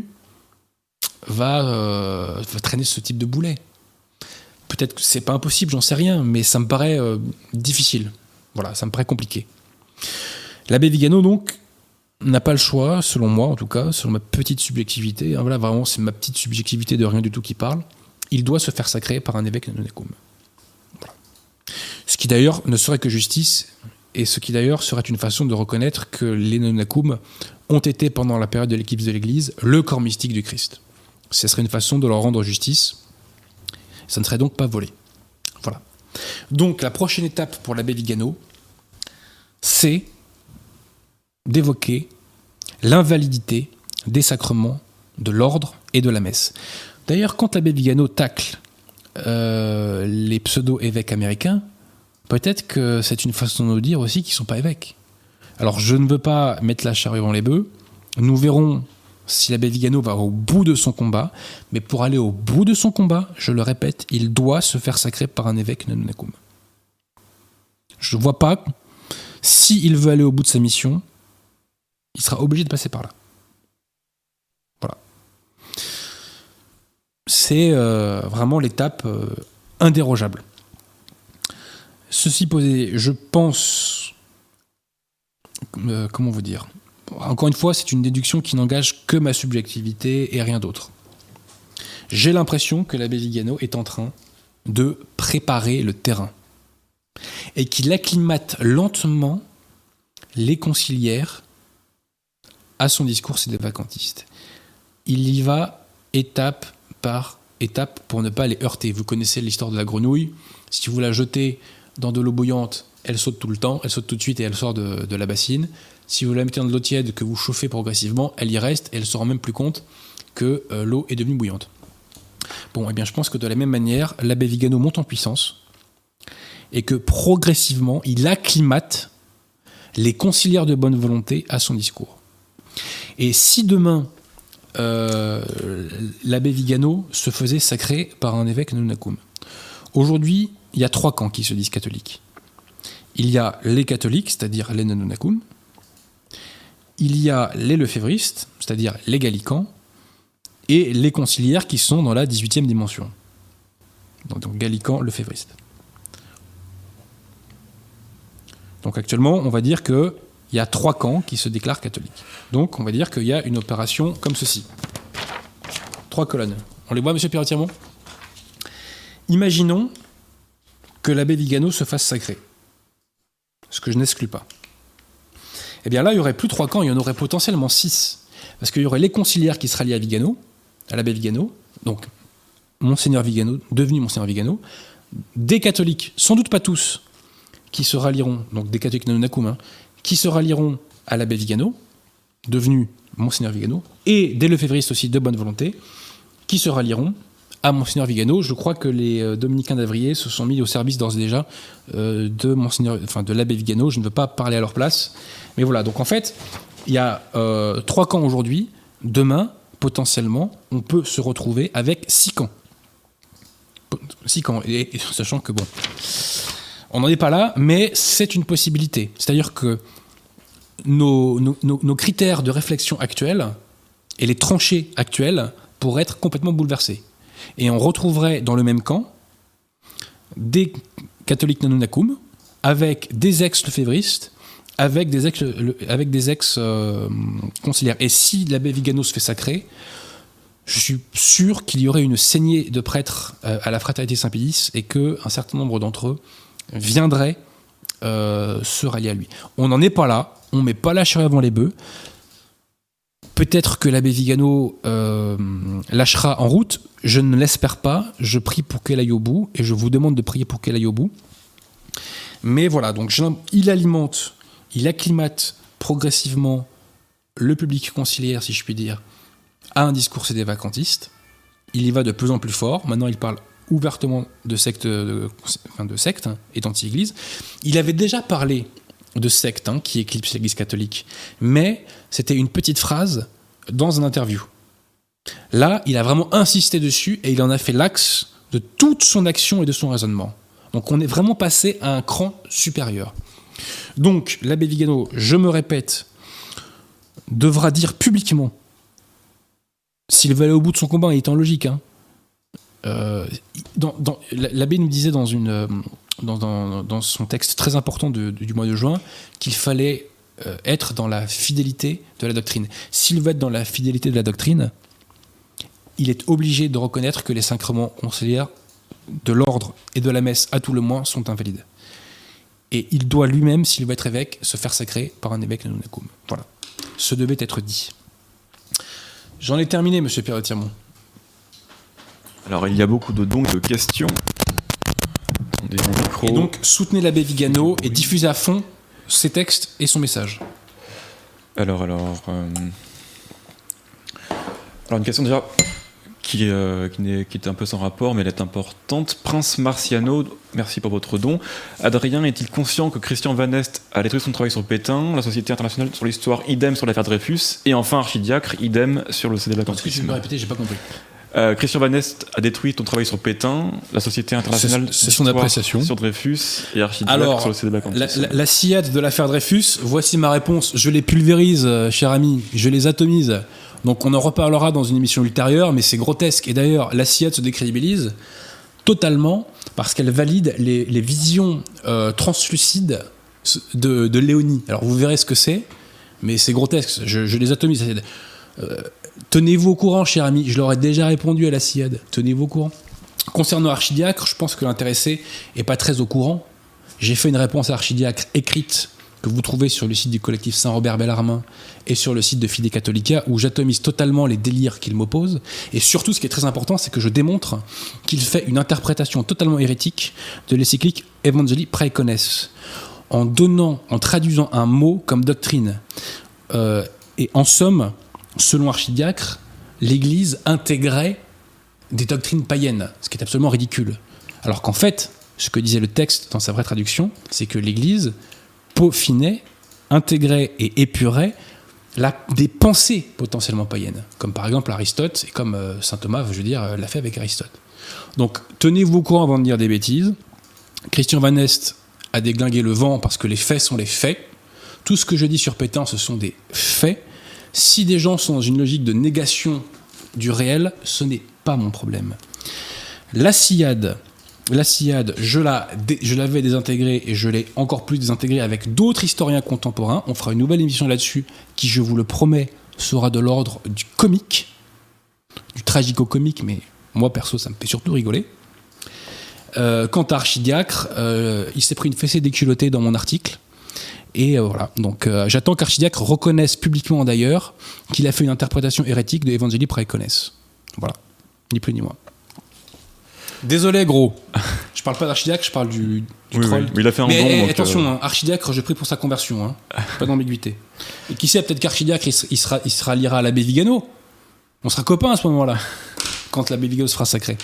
va, euh, va traîner ce type de boulet ? Peut-être que c'est pas impossible, j'en sais rien, mais ça me paraît euh, difficile. Voilà, ça me paraît compliqué. L'abbé Vigano, donc, n'a pas le choix, selon moi en tout cas, selon ma petite subjectivité. Hein, voilà, vraiment, c'est ma petite subjectivité de rien du tout qui parle. Il doit se faire sacrer par un évêque nanunacum. Voilà. Ce qui d'ailleurs ne serait que justice, et ce qui d'ailleurs serait une façon de reconnaître que les nanunacum ont été, pendant la période de l'éclipse de l'Église, le corps mystique du Christ. Ce serait une façon de leur rendre justice. Ça ne serait donc pas volé. Voilà. Donc la prochaine étape pour l'abbé Vigano, c'est d'évoquer l'invalidité des sacrements de l'ordre et de la messe. D'ailleurs, quand l'abbé Vigano tacle euh, les pseudo-évêques américains, peut-être que c'est une façon de nous dire aussi qu'ils ne sont pas évêques. Alors je ne veux pas mettre la charrue avant les bœufs, nous verrons si l'abbé Vigano va au bout de son combat, mais pour aller au bout de son combat, je le répète, il doit se faire sacrer par un évêque nanunacum. Je ne vois pas, s'il veut aller au bout de sa mission, il sera obligé de passer par là. Voilà. C'est euh, vraiment l'étape euh, indérogeable. Ceci posé, je pense... Euh, comment vous dire ? Encore une fois, c'est une déduction qui n'engage que ma subjectivité et rien d'autre. J'ai l'impression que l'abbé Vigano est en train de préparer le terrain et qu'il acclimate lentement les conciliaires à son discours sédévacantiste. Il y va étape par étape pour ne pas les heurter. Vous connaissez l'histoire de la grenouille. Si vous la jetez dans de l'eau bouillante, elle saute tout le temps, elle saute tout de suite et elle sort de, de la bassine. Si vous la mettez dans de l'eau tiède que vous chauffez progressivement, elle y reste et elle ne se rend même plus compte que euh, l'eau est devenue bouillante. Bon, eh bien, je pense que de la même manière, l'abbé Vigano monte en puissance et que progressivement, il acclimate les conciliaires de bonne volonté à son discours. Et si demain, euh, l'abbé Vigano se faisait sacrer par un évêque nanunacum, aujourd'hui, il y a trois camps qui se disent catholiques. Il y a les catholiques, c'est-à-dire les nanunacum. Il y a les lefévristes, c'est-à-dire les gallicans, et les conciliaires qui sont dans la dix-huitième dimension. Donc, donc gallicans, lefévristes. Donc actuellement, on va dire que il y a trois camps qui se déclarent catholiques. Donc, on va dire qu'il y a une opération comme ceci. Trois colonnes. On les voit, monsieur Pierre-Tirmont ? Imaginons que l'abbé Vigano se fasse sacrer. Ce que je n'exclus pas. Eh bien là, il n'y aurait plus trois camps, il y en aurait potentiellement six. Parce qu'il y aurait les conciliaires qui se rallient à Vigano, à l'abbé Vigano, donc Monseigneur Vigano, devenu Monseigneur Vigano, des catholiques, sans doute pas tous, qui se rallieront, donc des catholiques Nanonakum, hein, qui se rallieront à l'abbé Vigano, devenu Monseigneur Vigano, et des lefévristes aussi de bonne volonté, qui se rallieront à Monseigneur Vigano. Je crois que les euh, dominicains d'Avrier se sont mis au service d'ores et déjà euh, de Monseigneur, enfin de l'abbé Vigano. Je ne veux pas parler à leur place, mais voilà. Donc en fait, il y a euh, trois camps aujourd'hui. Demain, potentiellement, on peut se retrouver avec six camps. Six camps, et, et sachant que bon, on n'en est pas là, mais c'est une possibilité. C'est-à-dire que nos, nos, nos critères de réflexion actuels et les tranchées actuelles pourraient être complètement bouleversés. Et on retrouverait dans le même camp des catholiques Nanonakum avec des ex-lefévristes, avec des ex, avec des ex euh, conciliaires. Et si l'abbé Vigano se fait sacrer, je suis sûr qu'il y aurait une saignée de prêtres euh, à la Fraternité Saint-Pédis et qu'un certain nombre d'entre eux viendraient euh, se rallier à lui. On n'en est pas là, on ne met pas la charrue avant les bœufs. Peut-être que l'abbé Vigano euh, lâchera en route, je ne l'espère pas, je prie pour qu'elle aille au bout, et je vous demande de prier pour qu'elle aille au bout. Mais voilà, donc je, il alimente, il acclimate progressivement le public conciliaire, si je puis dire, à un discours sédévacantiste. Il y va de plus en plus fort, maintenant il parle ouvertement de secte, de, enfin de secte hein, et d'anti-église. Il avait déjà parlé de secte hein, qui éclipse l'Église catholique. Mais c'était une petite phrase dans une interview. Là, il a vraiment insisté dessus et il en a fait l'axe de toute son action et de son raisonnement. Donc on est vraiment passé à un cran supérieur. Donc l'abbé Vigano, je me répète, devra dire publiquement, s'il veut aller au bout de son combat, il est en logique. Hein, euh, dans, dans, l'abbé nous disait dans une... Dans, dans, dans son texte très important de, de, du mois de juin, qu'il fallait euh, être dans la fidélité de la doctrine. S'il veut être dans la fidélité de la doctrine, il est obligé de reconnaître que les sacrements conciliaires de l'ordre et de la messe, à tout le moins, sont invalides. Et il doit lui-même, s'il veut être évêque, se faire sacrer par un évêque Nanonakum. Voilà. Ce devait être dit. J'en ai terminé, monsieur Pierre-Tirmont. Alors, il y a beaucoup de dons et de questions. Et donc, soutenez l'abbé Vigano et diffusez à fond ses textes et son message. Alors, alors... Euh... Alors, une question déjà qui, euh, qui, n'est, qui est un peu sans rapport, mais elle est importante. Prince Marciano, merci pour votre don. Adrien est-il conscient que Christian Van Est a détruit son travail sur Pétain, la Société internationale sur l'histoire, idem sur l'affaire Dreyfus, et enfin Archidiacre, idem sur le sédévacantisme. Est-ce que tu peux répéter, j'ai pas compris. Euh, Christian Van Est a détruit ton travail sur Pétain, la Société internationale c'est, c'est son appréciation sur Dreyfus et Archidiacre Alors, sur le sédévacantisme. La, la, la C I A D de l'affaire Dreyfus, voici ma réponse. Je les pulvérise, euh, cher ami, je les atomise. Donc on en reparlera dans une émission ultérieure, mais c'est grotesque. Et d'ailleurs, la C I A D se décrédibilise totalement parce qu'elle valide les, les visions euh, translucides de, de Léonie. Alors vous verrez ce que c'est, mais c'est grotesque. Je, je les atomise. Euh, Tenez-vous au courant, cher ami. Je leur ai déjà répondu à la C I A D. Tenez-vous au courant. Concernant Archidiacre, je pense que l'intéressé n'est pas très au courant. J'ai fait une réponse à Archidiacre écrite que vous trouvez sur le site du collectif Saint-Robert Bellarmin et sur le site de Fide Catholica, où j'atomise totalement les délires qu'il m'oppose. Et surtout, ce qui est très important, c'est que je démontre qu'il fait une interprétation totalement hérétique de l'encyclique Evangelii Praecones, en donnant, en traduisant un mot comme doctrine. Euh, et en somme, selon Archidiacre, l'Église intégrait des doctrines païennes, ce qui est absolument ridicule. Alors qu'en fait, ce que disait le texte dans sa vraie traduction, c'est que l'Église peaufinait, intégrait et épurait la, des pensées potentiellement païennes, comme par exemple Aristote, et comme euh, saint Thomas, je veux dire, l'a fait avec Aristote. Donc, tenez-vous au courant avant de dire des bêtises. Christian Van Est a déglingué le vent parce que les faits sont les faits. Tout ce que je dis sur Pétain, ce sont des faits. Si des gens sont dans une logique de négation du réel, ce n'est pas mon problème. La C I A D la Siyad, je, la, je l'avais désintégrée et je l'ai encore plus désintégrée avec d'autres historiens contemporains. On fera une nouvelle émission là-dessus qui, je vous le promets, sera de l'ordre du comique, du tragico-comique, mais moi, perso, ça me fait surtout rigoler. Euh, quant à Archidiacre, euh, il s'est pris une fessée déculottée dans mon article. Et euh, voilà, donc euh, j'attends qu'Archidiacre reconnaisse publiquement d'ailleurs qu'il a fait une interprétation hérétique de Evangelii Praecones. Voilà, ni plus ni moins. Désolé gros, je parle pas d'Archidiacre, je parle du, du oui, troll. Oui, mais il a fait un mais don. eh, donc, attention, euh... hein, Archidiacre, je prie pour sa conversion, hein. Pas d'ambiguïté. Et qui sait, peut-être qu'Archidiacre, il, il, sera, il sera liera à l'abbé Vigano. On sera copains à ce moment-là, quand l'abbé Vigano se fera sacré.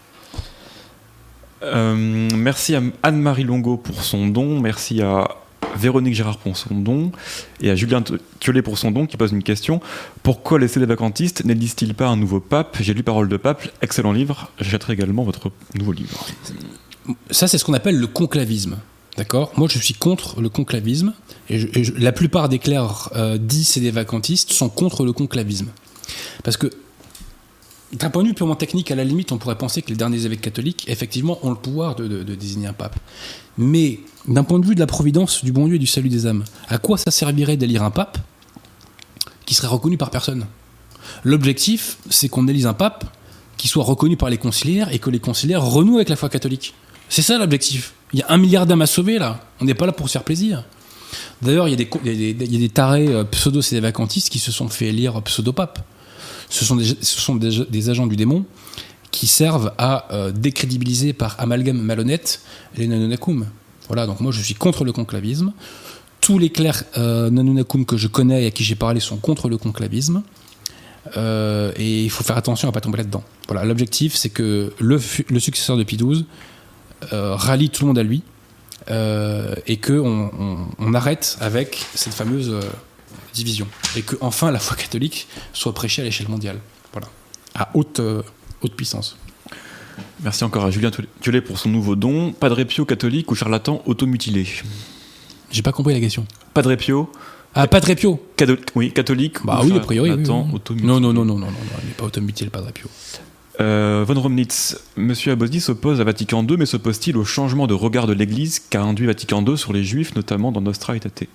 Euh, merci à Anne-Marie Longo pour son don, merci à Véronique Gérard pour son don et à Julien Thiollet pour son don qui pose une question. Pourquoi les sédévacantistes n'élisent-ils pas un nouveau pape? J'ai lu Parole de pape, excellent livre, j'achèterai également votre nouveau livre. Ça, c'est ce qu'on appelle le conclavisme. D'accord ? Moi, je suis contre le conclavisme et, je, et je, la plupart des clercs euh, dits sédévacantistes sont contre le conclavisme. Parce que d'un point de vue purement technique, à la limite, on pourrait penser que les derniers évêques catholiques, effectivement, ont le pouvoir de, de, de désigner un pape. Mais d'un point de vue de la providence, du bon Dieu et du salut des âmes, à quoi ça servirait d'élire un pape qui serait reconnu par personne ? L'objectif, c'est qu'on élise un pape qui soit reconnu par les conciliaires et que les conciliaires renouent avec la foi catholique. C'est ça l'objectif. Il y a un milliard d'âmes à sauver, là. On n'est pas là pour se faire plaisir. D'ailleurs, il y a des, il y a des, il y a des tarés euh, pseudo-sédévacantistes qui se sont fait élire pseudo-pape. Ce sont, des, ce sont des, des agents du démon qui servent à euh, décrédibiliser par amalgame malhonnête les Nanunakum. Voilà, donc moi je suis contre le conclavisme. Tous les clercs euh, Nanunakum que je connais et à qui j'ai parlé sont contre le conclavisme. Euh, et il faut faire attention à ne pas tomber là-dedans. Voilà, l'objectif c'est que le, le successeur de Pie douze euh, rallie tout le monde à lui euh, et qu'on on, on arrête avec cette fameuse... Euh, division, et que enfin la foi catholique soit prêchée à l'échelle mondiale, voilà, à haute, euh, haute puissance. Merci encore à Julien Thiollet pour son nouveau don. Padre Pio catholique ou charlatan automutilé? J'ai pas compris la question. Padre Pio. Ah, Padre Pio. Cado- oui, catholique. Bah ou oui, a priori. Oui, oui. Automutilé. Non, non, non, non, non, non, non, il n'est pas automutilé, Padre Pio. Euh, Von Romnitz, Monsieur Abosdi s'oppose à Vatican deux, mais s'oppose-t-il au changement de regard de l'Église qu'a induit Vatican deux sur les Juifs, notamment dans Nostra Aetate?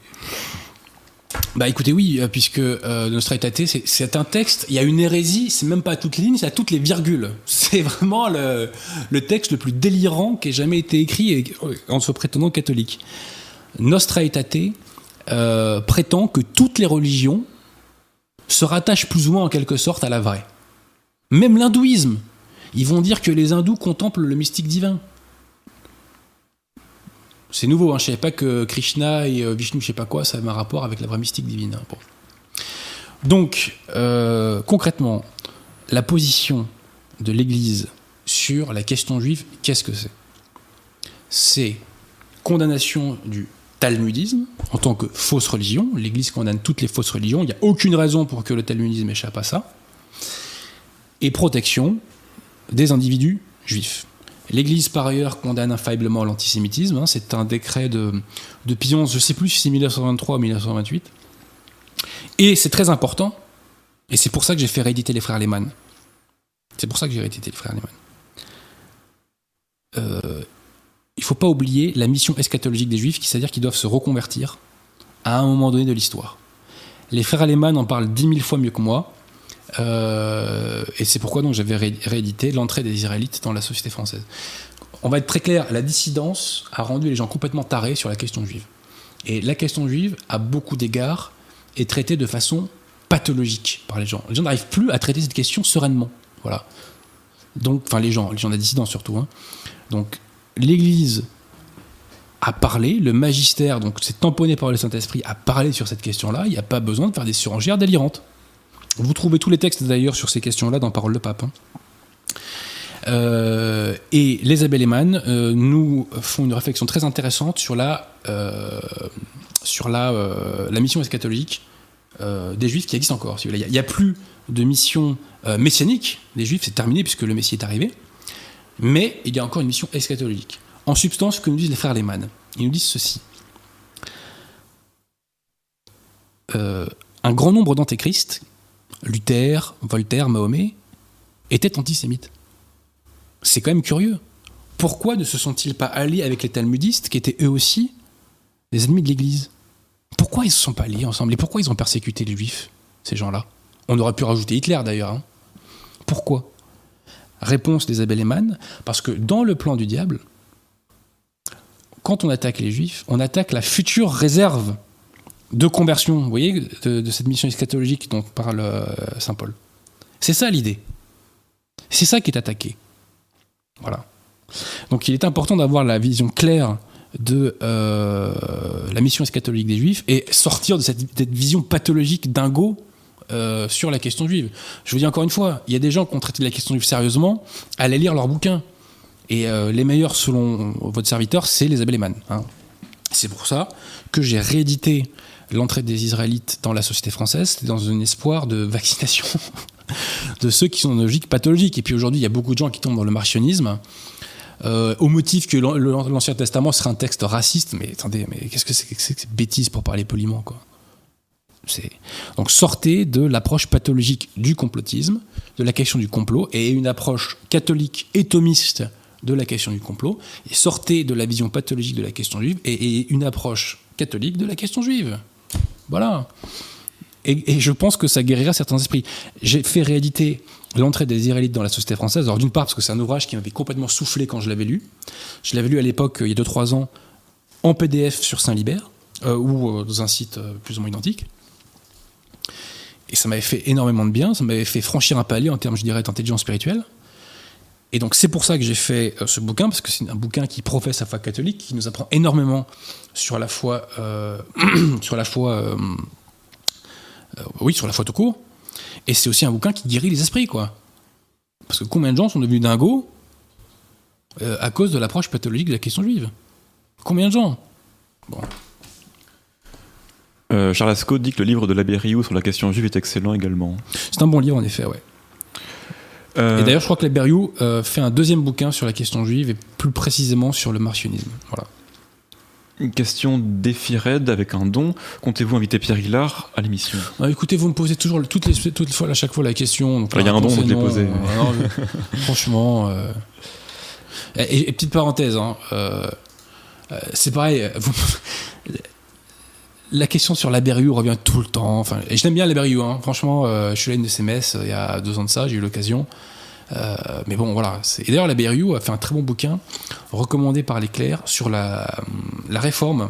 Bah écoutez, oui, puisque euh, Nostra Aetate, c'est, c'est un texte, il y a une hérésie, c'est même pas à toutes les lignes, c'est à toutes les virgules. C'est vraiment le, le texte le plus délirant qui ait jamais été écrit et, en se prétendant catholique. Nostra Aetate euh, prétend que toutes les religions se rattachent plus ou moins en quelque sorte à la vraie. Même l'hindouisme, ils vont dire que les hindous contemplent le mystique divin. C'est nouveau, hein. Je ne savais pas que Krishna et euh, Vishnu, je ne sais pas quoi, ça avait un rapport avec la vraie mystique divine. Hein. Bon. Donc, euh, concrètement, la position de l'Église sur la question juive, qu'est-ce que c'est ? C'est condamnation du talmudisme en tant que fausse religion. L'Église condamne toutes les fausses religions. Il n'y a aucune raison pour que le talmudisme échappe à ça. Et protection des individus juifs. L'Église, par ailleurs, condamne infailliblement l'antisémitisme. Hein, c'est un décret de, de Pie onze, je ne sais plus si c'est mille neuf cent vingt-trois ou mille neuf cent vingt-huit. Et c'est très important, et c'est pour ça que j'ai fait rééditer les frères Lehmann. C'est pour ça que j'ai réédité les frères Lehmann. Euh, il ne faut pas oublier la mission eschatologique des Juifs, c'est-à-dire qu'ils doivent se reconvertir à un moment donné de l'histoire. Les frères Lehmann en parlent dix mille fois mieux que moi. Euh, et c'est pourquoi donc j'avais ré- réédité l'entrée des Israélites dans la société française. On va être très clair, la dissidence a rendu les gens complètement tarés sur la question juive. Et la question juive, à beaucoup d'égards, est traitée de façon pathologique par les gens. Les gens n'arrivent plus à traiter cette question sereinement. Voilà. Donc, enfin les gens, les gens de la dissidence surtout. Hein. Donc, l'Église a parlé, le magistère, donc c'est tamponné par le Saint-Esprit, a parlé sur cette question-là. Il n'y a pas besoin de faire des surenchères délirantes. Vous trouvez tous les textes d'ailleurs sur ces questions-là dans Parole de Pape. Hein. Euh, et les abbés Lehmann euh, nous font une réflexion très intéressante sur la, euh, sur la, euh, la mission eschatologique euh, des Juifs qui existe encore. Il n'y a, a plus de mission euh, messianique des Juifs, c'est terminé puisque le Messie est arrivé, mais il y a encore une mission eschatologique. En substance, ce que nous disent les frères Lehmann, ils nous disent ceci. Euh, un grand nombre d'antéchrists, Luther, Voltaire, Mahomet, étaient antisémites. C'est quand même curieux. pourquoi ne se sont-ils pas alliés avec les talmudistes, qui étaient eux aussi des ennemis de l'Église? Pourquoi ils ne se sont pas alliés ensemble? Et pourquoi ils ont persécuté les Juifs, ces gens-là? On aurait pu rajouter Hitler, d'ailleurs. Hein. Pourquoi? Réponse d'Isabelle Eman, parce que dans le plan du diable, quand on attaque les Juifs, on attaque la future réserve de conversion, vous voyez, de, de cette mission eschatologique dont parle euh, saint Paul. C'est ça l'idée. C'est ça qui est attaqué. Voilà. Donc il est important d'avoir la vision claire de euh, la mission eschatologique des Juifs et sortir de cette, cette vision pathologique dingo euh, sur la question juive. Je vous dis encore une fois, il y a des gens qui ont traité la question juive sérieusement, allez lire leurs bouquins. Et euh, les meilleurs, selon votre serviteur, c'est les Isabelle Eman. Hein. C'est pour ça que j'ai réédité l'entrée des Israélites dans la société française, c'était dans un espoir de vaccination de ceux qui sont dans une logique pathologique. Et puis aujourd'hui, il y a beaucoup de gens qui tombent dans le martionnisme, euh, au motif que l'Ancien Testament serait un texte raciste. Mais attendez, mais qu'est-ce que c'est que ces bêtises, pour parler poliment, quoi. C'est... Donc sortez de l'approche pathologique du complotisme, de la question du complot, et une approche catholique et thomiste de la question du complot, et sortez de la vision pathologique de la question juive et, et une approche catholique de la question juive. Voilà. Et, et je pense que ça guérira certains esprits. J'ai fait rééditer l'entrée des Israélites dans la société française. Alors d'une part parce que c'est un ouvrage qui m'avait complètement soufflé quand je l'avais lu. Je l'avais lu à l'époque, il y a deux trois ans, en P D F sur Saint-Libert, euh, ou euh, dans un site euh, plus ou moins identique. Et ça m'avait fait énormément de bien, ça m'avait fait franchir un palier en termes, je dirais, d'intelligence spirituelle. Et donc c'est pour ça que j'ai fait euh, ce bouquin, parce que c'est un bouquin qui professe la foi catholique, qui nous apprend énormément sur la foi, euh, sur la foi, euh, euh, oui, sur la foi tout court. Et c'est aussi un bouquin qui guérit les esprits, quoi. Parce que combien de gens sont devenus dingos euh, à cause de l'approche pathologique de la question juive? Combien de gens? Bon. Euh, Charles Ascot dit que le livre de l'abbé Rioux sur la question juive est excellent également. C'est un bon livre, en effet, ouais. Euh... Et d'ailleurs, je crois que l'abbé Rioux euh, fait un deuxième bouquin sur la question juive et plus précisément sur le martionnisme. Voilà. Une question d'Ephired avec un don. Comptez-vous inviter Pierre Hillard à l'émission? ah, Écoutez, vous me posez toujours toutes les, toutes les fois, à chaque fois la question. Il y a un don, vous l'ai posé. Euh, non, je, franchement. Euh... Et, et petite parenthèse, hein, euh, euh, c'est pareil. Vous... La question sur l'abbé Rioux revient tout le temps. Enfin, et je l'aime bien, l'abbé Rioux. Hein. Franchement, euh, je suis là à une de ses messes il y a deux ans de ça, j'ai eu l'occasion. Euh, mais bon, voilà. C'est... Et d'ailleurs, l'abbé Rioux a fait un très bon bouquin recommandé par les clercs sur la, la réforme,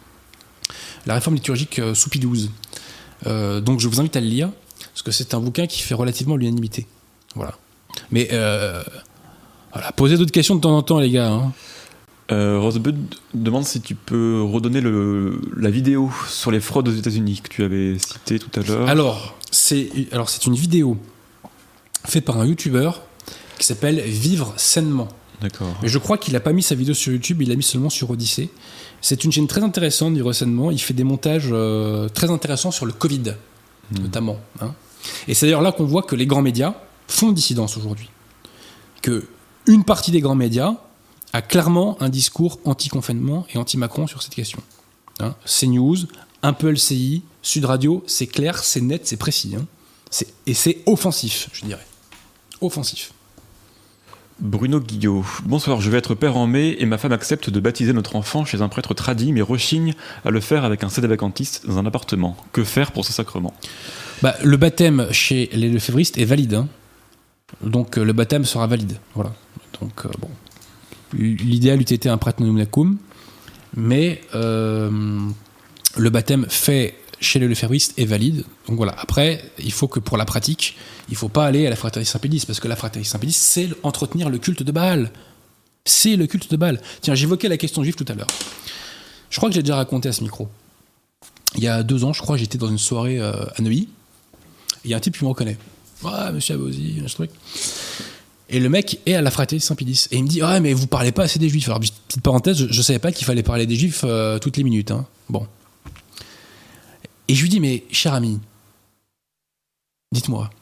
la réforme liturgique euh, sous Pie douze. Euh, donc, je vous invite à le lire parce que c'est un bouquin qui fait relativement l'unanimité. Voilà. Mais euh, voilà, posez d'autres questions de temps en temps, les gars. Hein. Euh, Rosebud demande si tu peux redonner le, la vidéo sur les fraudes aux États-Unis que tu avais citée tout à l'heure. Alors, c'est, alors, c'est une vidéo faite par un youtubeur qui s'appelle Vivre Sainement. D'accord. Mais je crois qu'il n'a pas mis sa vidéo sur YouTube, il l'a mis seulement sur Odyssée. C'est une chaîne très intéressante, Vivre Sainement. Il fait des montages euh, très intéressants sur le Covid, mmh. notamment. Hein. Et c'est d'ailleurs là qu'on voit que les grands médias font dissidence aujourd'hui. Que une partie des grands médias a clairement un discours anti-confinement et anti-Macron sur cette question. Hein, CNews, un peu L C I, Sud Radio, c'est clair, c'est net, c'est précis. Hein. C'est, et c'est offensif, je dirais. Offensif. Bruno Guillot. Bonsoir, je vais être père en mai et ma femme accepte de baptiser notre enfant chez un prêtre tradi, mais rechigne à le faire avec un sédavacantiste dans un appartement. Que faire pour ce sacrement? bah, Le baptême chez les lefévristes est valide. Hein. Donc euh, le baptême sera valide. Voilà. Donc euh, bon. L'idéal eût été un prêtre nomen nacum, mais euh, le baptême fait chez les lefévristes est valide. Donc voilà. Après, il faut que pour la pratique, il ne faut pas aller à la fraternité Saint-Pédis, parce que la fraternité Saint-Pédis, c'est entretenir le culte de Baal. C'est le culte de Baal. Tiens, j'évoquais la question juive tout à l'heure. Je crois que j'ai déjà raconté à ce micro. Il y a deux ans, je crois, j'étais dans une soirée euh, à Neuilly. Il y a un type qui me reconnaît. Ah, monsieur Abosi, ce truc. Et le mec est à la fraternité Saint-Pédis. Et il me dit, ah, mais vous parlez pas assez des juifs. Alors, petite parenthèse, je, je savais pas qu'il fallait parler des juifs euh, toutes les minutes. Hein. Bon. Et je lui dis, mais cher ami, dites-moi,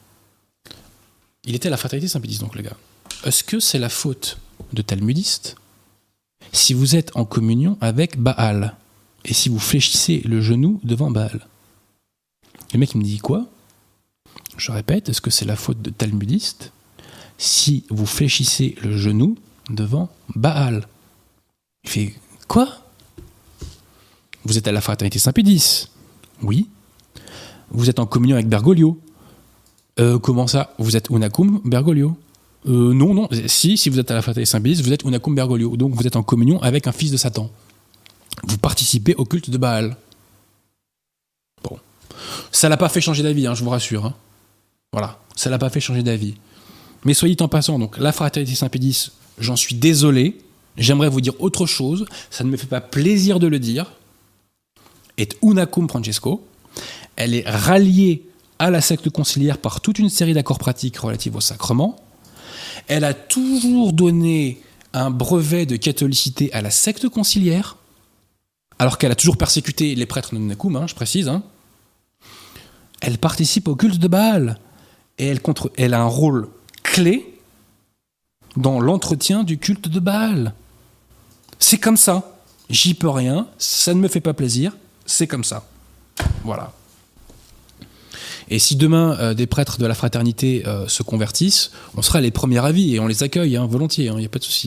il était à la fraternité Saint-Pédis, donc le gars. Est-ce que c'est la faute de talmudiste si vous êtes en communion avec Baal et si vous fléchissez le genou devant Baal? Le mec il me dit quoi? Je répète, est-ce que c'est la faute de talmudiste si vous fléchissez le genou devant Baal. Il fait quoi ? Vous êtes à la fraternité Saint-Pédis ? Oui. Vous êtes en communion avec Bergoglio ? Euh, comment ça ? Vous êtes Unacum Bergoglio ? euh, Non, non. Si, si vous êtes à la fraternité Saint-Pédis, vous êtes Unacum Bergoglio. Donc vous êtes en communion avec un fils de Satan. Vous participez au culte de Baal. Bon. Ça l'a pas fait changer d'avis, hein, je vous rassure. Hein. Voilà. Ça l'a pas fait changer d'avis. Mais soyez en passant, donc la fraternité Saint-Pédis, j'en suis désolé. J'aimerais vous dire autre chose. Ça ne me fait pas plaisir de le dire. Est Unacum Francesco. Elle est ralliée à la secte conciliaire par toute une série d'accords pratiques relatifs au sacrement. Elle a toujours donné un brevet de catholicité à la secte conciliaire, alors qu'elle a toujours persécuté les prêtres de Unacum, hein, je précise. Hein. Elle participe au culte de Baal. Et elle, contre... elle a un rôle clé dans l'entretien du culte de Baal. C'est comme ça. J'y peux rien. Ça ne me fait pas plaisir. C'est comme ça. Voilà. Et si demain, euh, des prêtres de la fraternité euh, se convertissent, on sera les premiers avis et on les accueille hein, volontiers, il hein, n'y a pas de souci.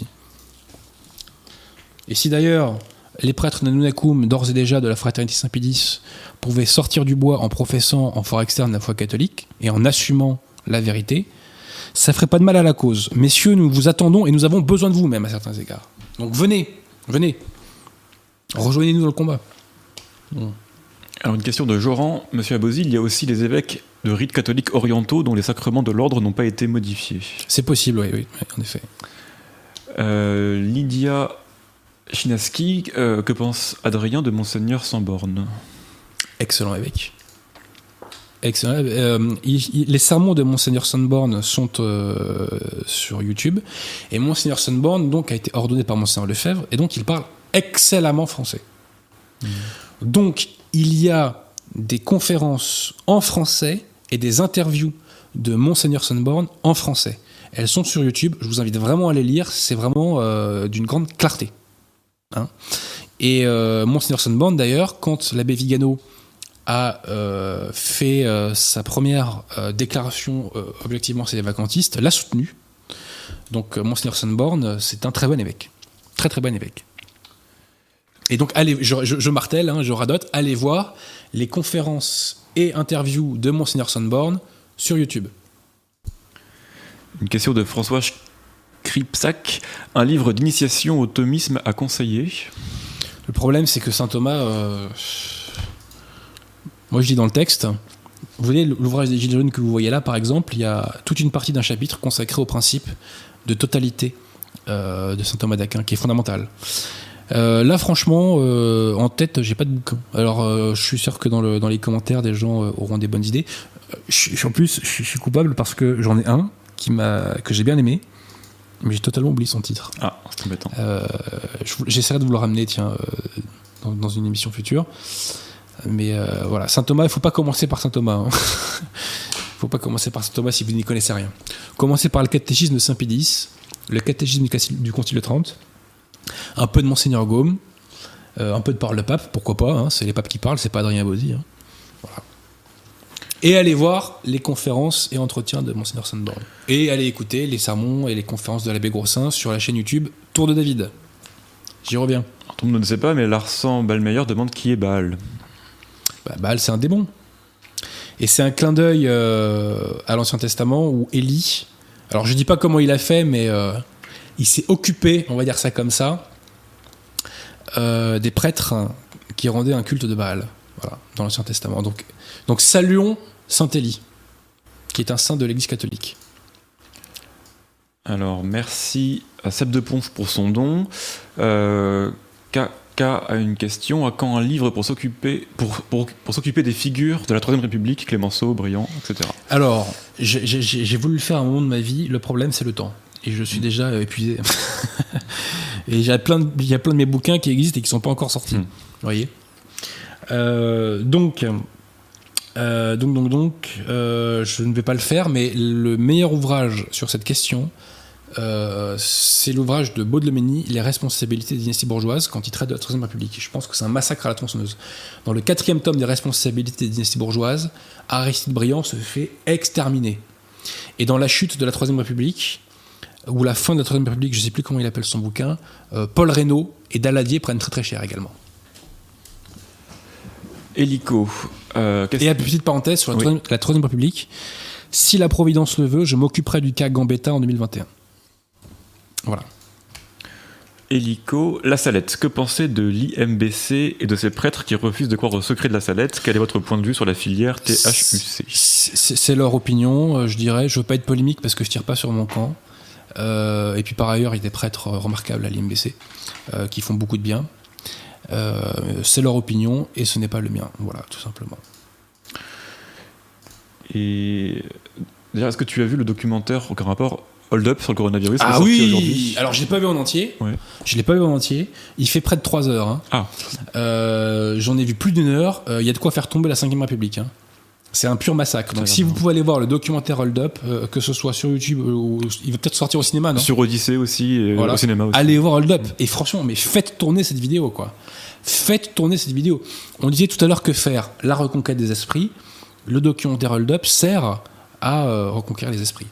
Et si d'ailleurs, les prêtres de Unacum, d'ores et déjà de la fraternité Saint-Pédis, pouvaient sortir du bois en professant en fort externe la foi catholique et en assumant la vérité, ça ferait pas de mal à la cause. Messieurs, nous vous attendons et nous avons besoin de vous même à certains égards. Donc venez, venez, rejoignez-nous dans le combat. Bon. Alors une question de Joran, Monsieur Abosi, il y a aussi les évêques de rites catholiques orientaux dont les sacrements de l'ordre n'ont pas été modifiés. C'est possible, oui, oui, oui en effet. Euh, Lydia Chinaski, euh, que pense Adrien de Monseigneur sans borne ? Excellent évêque. Excellent. Euh, il, il, les sermons de Monseigneur Sonborn sont euh, sur YouTube et Monseigneur Sonborn donc a été ordonné par Monseigneur Lefebvre et donc il parle excellemment français. Mmh. Donc il y a des conférences en français et des interviews de Monseigneur Sonborn en français. Elles sont sur YouTube. Je vous invite vraiment à les lire. C'est vraiment euh, d'une grande clarté. Hein et euh, Monseigneur Sonborn d'ailleurs, quand l'abbé Vigano a euh, fait euh, sa première euh, déclaration euh, objectivement sédévacantiste, l'a soutenu. Donc euh, Monseigneur Sonborn, c'est un très bon évêque. Très très bon évêque. Et donc, allez, je, je, je martèle, hein, je radote, allez voir les conférences et interviews de Monseigneur Sonborn sur YouTube. Une question de François Kripsak. Un livre d'initiation au thomisme à conseiller ? Le problème, c'est que saint Thomas... Euh... Moi, je dis dans le texte, vous voyez l'ouvrage des Gilets jaunes que vous voyez là, par exemple, il y a toute une partie d'un chapitre consacré au principe de totalité euh, de saint Thomas d'Aquin, qui est fondamental. Euh, là, franchement, euh, en tête, j'ai pas de bouquin. Alors, euh, je suis sûr que dans, le, dans les commentaires, des gens euh, auront des bonnes idées. Euh, je, en plus, je, je suis coupable parce que j'en ai un qui m'a, que j'ai bien aimé, mais j'ai totalement oublié son titre. Ah, c'est embêtant. Euh, je, j'essaierai de vous le ramener, tiens, euh, dans, dans une émission future. Mais euh, voilà, saint Thomas, il ne faut pas commencer par saint Thomas. Il hein. ne faut pas commencer par saint Thomas si vous n'y connaissez rien. Commencez par le catéchisme de Saint-Pédis, le catéchisme du Concile de Trente, un peu de Monseigneur Gaume, euh, un peu de parole de pape, pourquoi pas, hein, c'est les papes qui parlent, c'est pas Adrien Abosi. Hein. Voilà. Et allez voir les conférences et entretiens de Monseigneur Sonborn. Et allez écouter les sermons et les conférences de l'abbé Grossin sur la chaîne YouTube Tour de David. J'y reviens. Tout le monde ne sait pas, mais Larsan Ballmeyer demande qui est Baal. Bah, Baal, c'est un démon. Et c'est un clin d'œil euh, à l'Ancien Testament où Élie, alors je dis pas comment il a fait, mais euh, il s'est occupé, on va dire ça comme ça, euh, des prêtres qui rendaient un culte de Baal, voilà, dans l'Ancien Testament. Donc, donc saluons Saint Élie, qui est un saint de l'Église catholique. Alors, merci à Seb de Ponce pour son don. Euh, K a une question. À quand un livre pour s'occuper, pour, pour, pour s'occuper des figures de la Troisième République, Clémenceau, Briand, et cetera. Alors, j'ai, j'ai, j'ai voulu le faire à un moment de ma vie. Le problème, c'est le temps. Et je suis mmh. déjà épuisé. Et il y a plein de, il y a plein de mes bouquins qui existent et qui ne sont pas encore sortis. Mmh. Vous voyez euh, donc, euh, donc, donc, donc euh, je ne vais pas le faire, mais le meilleur ouvrage sur cette question, Euh, c'est l'ouvrage de Baudelemeny, Les responsabilités des dynasties bourgeoises, quand il traite de la Troisième République. Je pense que c'est un massacre à la tronçonneuse. Dans le quatrième tome des responsabilités des dynasties bourgeoises, Aristide Briand se fait exterminer. Et dans la chute de la Troisième République, ou la fin de la Troisième République, je ne sais plus comment il appelle son bouquin, euh, Paul Reynaud et Daladier prennent très très cher également. Hélico. Euh, et à petite parenthèse sur la, oui. troisième, la Troisième République, si la Providence le veut, je m'occuperai du cas Gambetta en deux mille vingt et un. Voilà. Hélico, la Salette. Que penser de l'I M B C et de ces prêtres qui refusent de croire au secret de la Salette? Quel est votre point de vue sur la filière T H U C? C'est, c'est leur opinion, je dirais. Je veux pas être polémique parce que je tire pas sur mon camp. Euh, et puis par ailleurs, il y a des prêtres remarquables à l'I M B C euh, qui font beaucoup de bien. Euh, c'est leur opinion et ce n'est pas le mien. Voilà, tout simplement. Et d'ailleurs, est-ce que tu as vu le documentaire aucun rapport Hold Up sur le coronavirus? Ah oui aujourd'hui. Alors je l'ai pas vu en entier. Ouais. Je l'ai pas vu en entier. Il fait près de trois heures. Hein. Ah. Euh, j'en ai vu plus d'une heure. Il euh, y a de quoi faire tomber la cinquième République. Hein. C'est un pur massacre. Donc, si vous pouvez aller voir le documentaire Hold Up, euh, que ce soit sur YouTube ou il va peut-être sortir au cinéma, non? Sur Odyssée aussi, et voilà. Au cinéma aussi. Allez voir Hold Up. Et franchement, mais faites tourner cette vidéo, quoi. Faites tourner cette vidéo. On disait tout à l'heure que faire la reconquête des esprits. Le documentaire Hold Up sert à euh, reconquérir les esprits.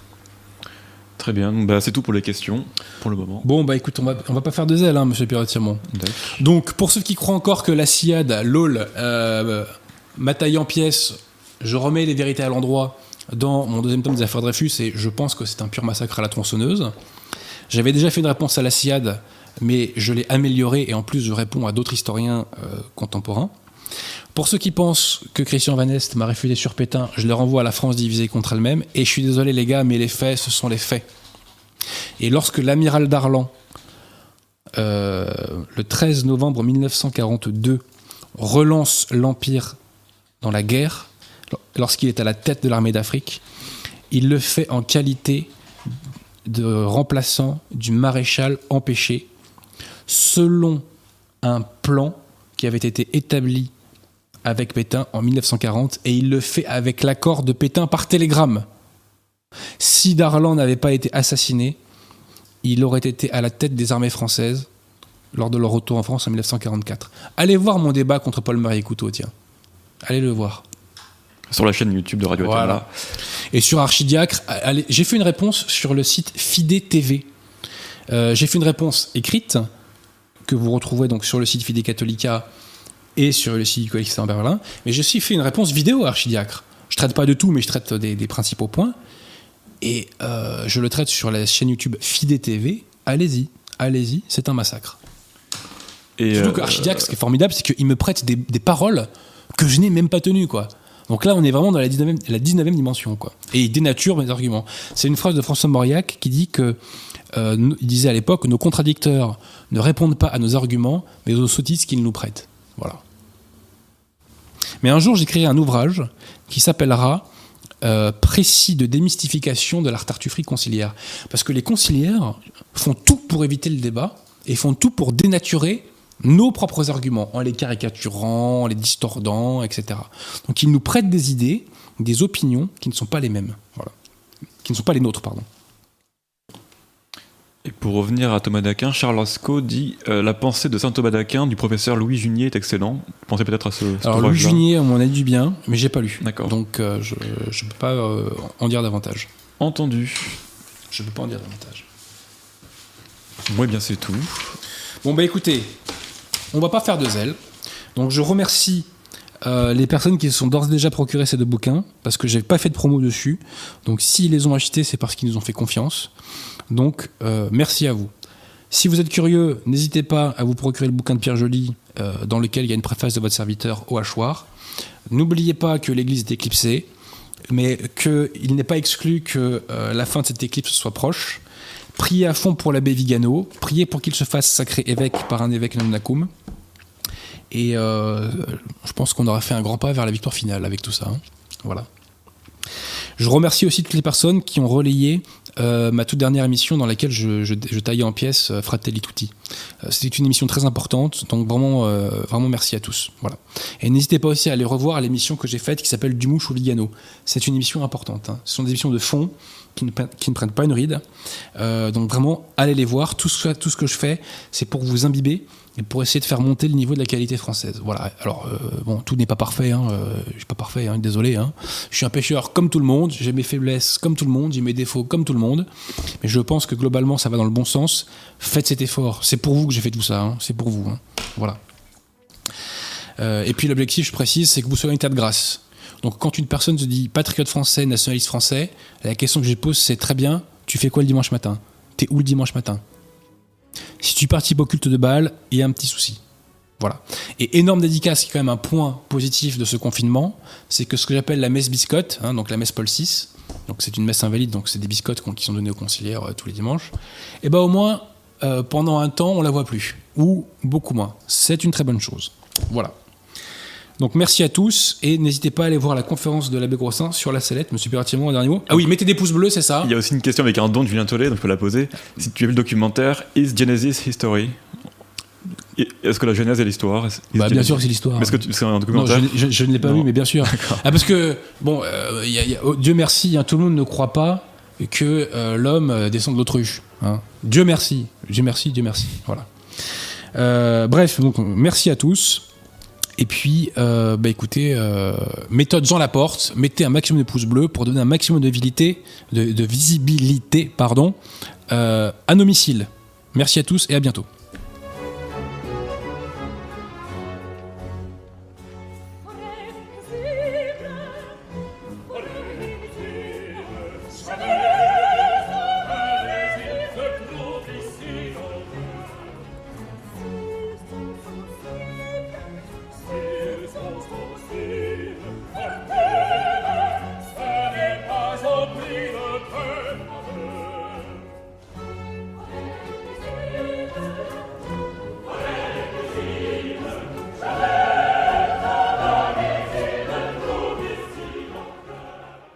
Très bien, bah, c'est tout pour les questions, pour le moment. Bon, bah écoute, on va, on va pas faire de zèle, hein, monsieur Pierre-Tirmont. Donc, pour ceux qui croient encore que la S I A D, LOL, euh, m'a taillé en pièces, je remets les vérités à l'endroit dans mon deuxième tome des affaires Dreyfus, et je pense que c'est un pur massacre à la tronçonneuse. J'avais déjà fait une réponse à la S I A D, mais je l'ai améliorée, et en plus, je réponds à d'autres historiens euh, contemporains. Pour ceux qui pensent que Christian Van Est m'a réfuté sur Pétain, je les renvoie à la France divisée contre elle-même. Et je suis désolé les gars, mais les faits, ce sont les faits. Et lorsque l'amiral Darlan, euh, le treize novembre mille neuf cent quarante-deux, relance l'Empire dans la guerre, lorsqu'il est à la tête de l'armée d'Afrique, il le fait en qualité de remplaçant du maréchal empêché, selon un plan qui avait été établi avec Pétain en mille neuf cent quarante, et il le fait avec l'accord de Pétain par télégramme. Si Darlan n'avait pas été assassiné, il aurait été à la tête des armées françaises lors de leur retour en France en mille neuf cent quarante-quatre. Allez voir mon débat contre Paul Marier-Couteau, tiens. Allez le voir. Sur la chaîne YouTube de Radio Athéna. Voilà. Et sur Archidiacre, allez, j'ai fait une réponse sur le site Fide T V. Euh, j'ai fait une réponse écrite que vous retrouverez donc sur le site Fide Catholica et sur le site du Collectif Saint-Berlin, mais j'ai aussi fait une réponse vidéo à Archidiacre. Je traite pas de tout, mais je traite des, des principaux points, et euh, je le traite sur la chaîne YouTube Fide T V. Allez-y, allez-y, c'est un massacre. Et surtout euh, que Archidiacre, ce qui est formidable, c'est qu'il me prête des, des paroles que je n'ai même pas tenues, quoi. Donc là, on est vraiment dans la dix-neuvième, la dix-neuvième dimension, quoi. Et il dénature mes arguments. C'est une phrase de François Mauriac qui dit que, euh, il disait à l'époque, nos contradicteurs ne répondent pas à nos arguments, mais aux sottises qu'ils nous prêtent. Voilà. Mais un jour, j'écrirai un ouvrage qui s'appellera euh, Précis de démystification de la tartufferie conciliaire. Parce que les conciliaires font tout pour éviter le débat et font tout pour dénaturer nos propres arguments, en les caricaturant, en les distordant, et cetera. Donc ils nous prêtent des idées, des opinions qui ne sont pas les mêmes. Voilà. Qui ne sont pas les nôtres, pardon. Et pour revenir à Thomas d'Aquin, Charles Lascaux dit euh, la pensée de saint Thomas d'Aquin du professeur Louis Junier est excellent. Pensez peut-être à ce. Alors Louis Junier, on m'en a dit du bien, mais j'ai pas lu. D'accord. Donc euh, je ne peux pas euh, en dire davantage. Entendu. Je ne peux pas en dire davantage. Moi, eh bien, c'est tout. Bon bah écoutez, on va pas faire de zèle. Donc je remercie euh, les personnes qui se sont d'ores et déjà procuré ces deux bouquins, parce que j'ai pas fait de promo dessus. Donc s'ils les ont achetés, c'est parce qu'ils nous ont fait confiance. Donc, euh, merci à vous. Si vous êtes curieux, n'hésitez pas à vous procurer le bouquin de Pierre Joly, euh, dans lequel il y a une préface de votre serviteur au hachoir. N'oubliez pas que l'église est éclipsée, mais qu'il n'est pas exclu que euh, la fin de cette éclipse soit proche. Priez à fond pour l'abbé Vigano, priez pour qu'il se fasse sacré évêque par un évêque non nacum. Et euh, je pense qu'on aura fait un grand pas vers la victoire finale avec tout ça. Hein. Voilà. Je remercie aussi toutes les personnes qui ont relayé euh, ma toute dernière émission dans laquelle je, je, je taillais en pièces euh, Fratelli Tutti. Euh, c'était une émission très importante, donc vraiment, euh, vraiment merci à tous. Voilà. Et n'hésitez pas aussi à aller revoir l'émission que j'ai faite qui s'appelle Dumouche ou Vigano. C'est une émission importante. Hein. Ce sont des émissions de fond qui ne, qui ne prennent pas une ride. Euh, donc vraiment, allez les voir. Tout ce, tout ce que je fais, c'est pour vous imbiber et pour essayer de faire monter le niveau de la qualité française. Voilà. Alors, euh, bon, tout n'est pas parfait. Hein. Euh, je suis pas parfait, hein, désolé. Hein. Je suis un pêcheur comme tout le monde. J'ai mes faiblesses comme tout le monde. J'ai mes défauts comme tout le monde. monde. Mais je pense que globalement, ça va dans le bon sens. Faites cet effort. C'est pour vous que j'ai fait tout ça. Hein. C'est pour vous. Hein. Voilà. Euh, et puis l'objectif, je précise, c'est que vous soyez en état de grâce. Donc quand une personne se dit patriote français, nationaliste français, la question que je pose, c'est très bien, tu fais quoi le dimanche matin ? T'es où le dimanche matin ? Si tu participes au culte de Baal, il y a un petit souci. Voilà. Et énorme dédicace, qui est quand même un point positif de ce confinement, c'est que ce que j'appelle la messe biscotte, hein, donc la messe Paul six, donc c'est une messe invalide, donc c'est des biscottes qui sont donnés aux conciliaires euh, tous les dimanches, et ben au moins, euh, pendant un temps, on la voit plus, ou beaucoup moins. C'est une très bonne chose. Voilà. Donc merci à tous, et n'hésitez pas à aller voir la conférence de l'abbé Grossin sur la sellette. Monsieur Perratier-Mon, un dernier mot. Ah oui, mettez des pouces bleus, c'est ça. Il y a aussi une question avec un don de Julien Tollet, donc je peux la poser. Si tu as vu le documentaire Is Genesis History ? Est-ce que la Genèse est l'histoire ? Bah, bien sûr que c'est l'histoire. Est-ce que tu, c'est un documentaire ? Non, je, je, je ne l'ai pas non. vu, mais bien sûr. Ah, parce que, bon, euh, y a, y a, oh, Dieu merci, hein, tout le monde ne croit pas que euh, l'homme descend de l'autruche. Hein. Dieu merci, Dieu merci, Dieu merci. Voilà. Euh, bref, donc merci à tous. Et puis, euh, bah écoutez, euh, méthode Jean Laporte, mettez un maximum de pouces bleus pour donner un maximum de visibilité, de, de visibilité, pardon, euh, à nos missiles. Merci à tous et à bientôt.